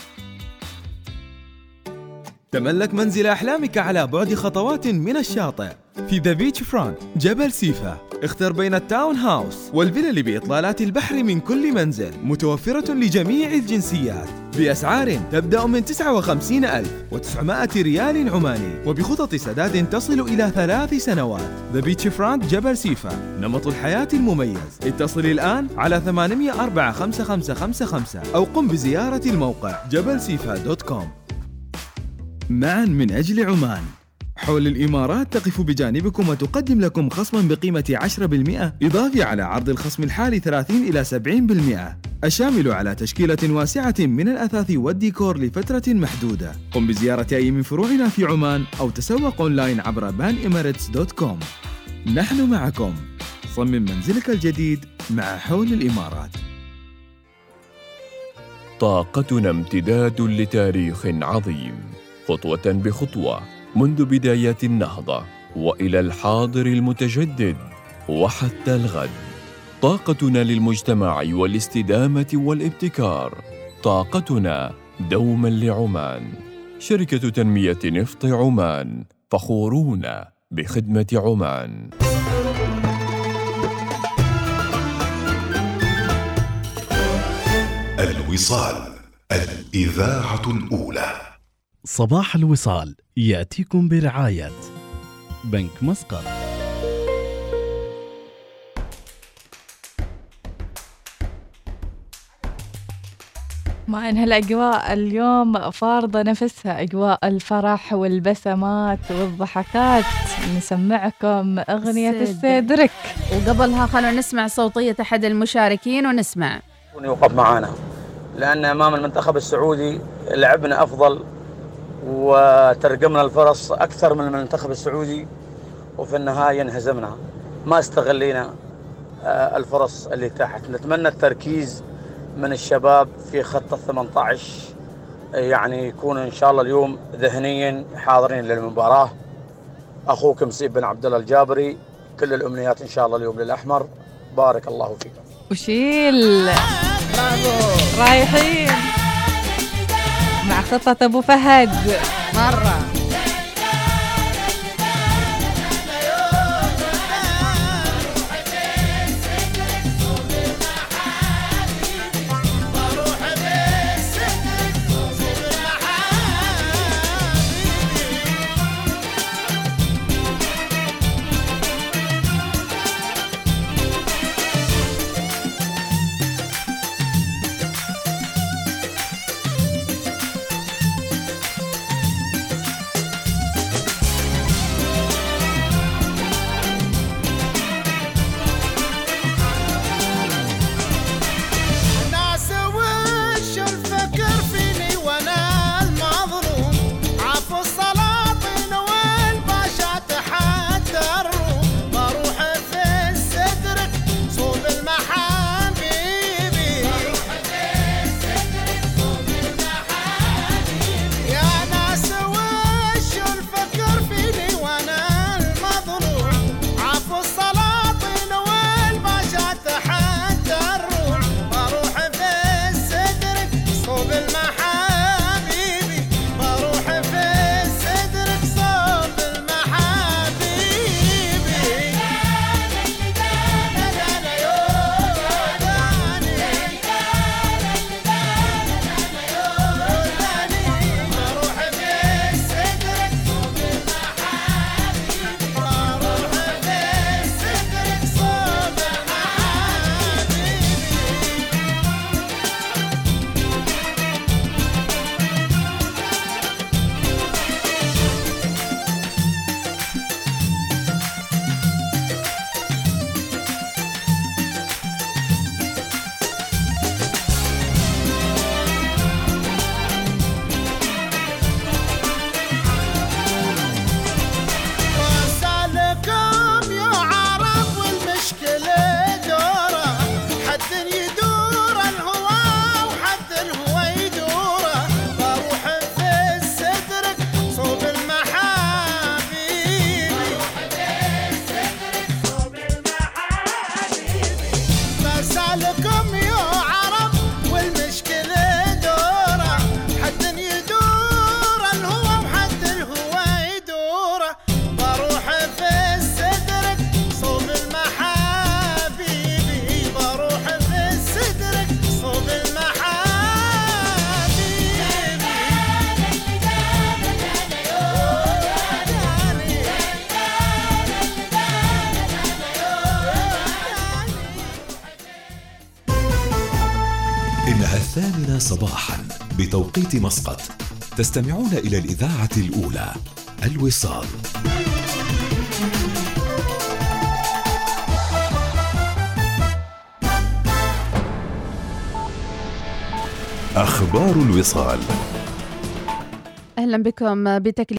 تملك منزل أحلامك على بعد خطوات من الشاطئ في ذا بيتش فرونت جبل سيفا. اختر بين التاون هاوس والفيلا بإطلالات البحر من كل منزل، متوفرة لجميع الجنسيات بأسعار تبدأ من 59,900 ريال عماني، وبخطط سداد تصل إلى 3 سنوات. ذا بيتش فرونت جبل سيفا، نمط الحياة المميز. اتصل الآن على 804-5555 أو قم بزيارة الموقع جبلسيفا.com. معا من أجل عمان. حول الإمارات تقف بجانبكم وتقدم لكم خصما بقيمة 10% إضافي على عرض الخصم الحالي 30 إلى 70%، الشامل على تشكيلة واسعة من الأثاث والديكور لفترة محدودة. قم بزيارة أي من فروعنا في عمان أو تسوق أونلاين عبر banemirates.com. نحن معكم. صمم منزلك الجديد مع حول الإمارات. طاقتنا امتداد لتاريخ عظيم، خطوة بخطوة منذ بدايات النهضة وإلى الحاضر المتجدد وحتى الغد. طاقتنا للمجتمع والاستدامة والابتكار. طاقتنا دوما لعمان. شركة تنمية نفط عمان، فخورون بخدمة عمان. الوصال، الإذاعة الأولى. صباح الوصال يأتيكم برعاية بنك مسقط. مع ان هالاجواء اليوم فارضه نفسها، اجواء الفرح والبسمات والضحكات، نسمعكم اغنيه السيدرك. وقبلها خلونا نسمع صوتيه احد المشاركين ونسمع. يوقف معانا لان امام المنتخب السعودي لعبنا افضل وترجمنا الفرص اكثر من المنتخب السعودي، وفي النهايه انهزمنا، ما استغلينا الفرص اللي تحت. نتمنى التركيز من الشباب في خط ال18، يعني يكون ان شاء الله اليوم ذهنيا حاضرين للمباراه. اخوكم سيب بن عبد الله الجابري، كل الامنيات ان شاء الله اليوم للاحمر. بارك الله فيكم. وشيل رايحين مع خطة ابو فهد مرة. إنها 8 صباحا بتوقيت مسقط. تستمعون إلى الإذاعة الأولى الوصال. أخبار الوصال. أهلا بكم. بتكليف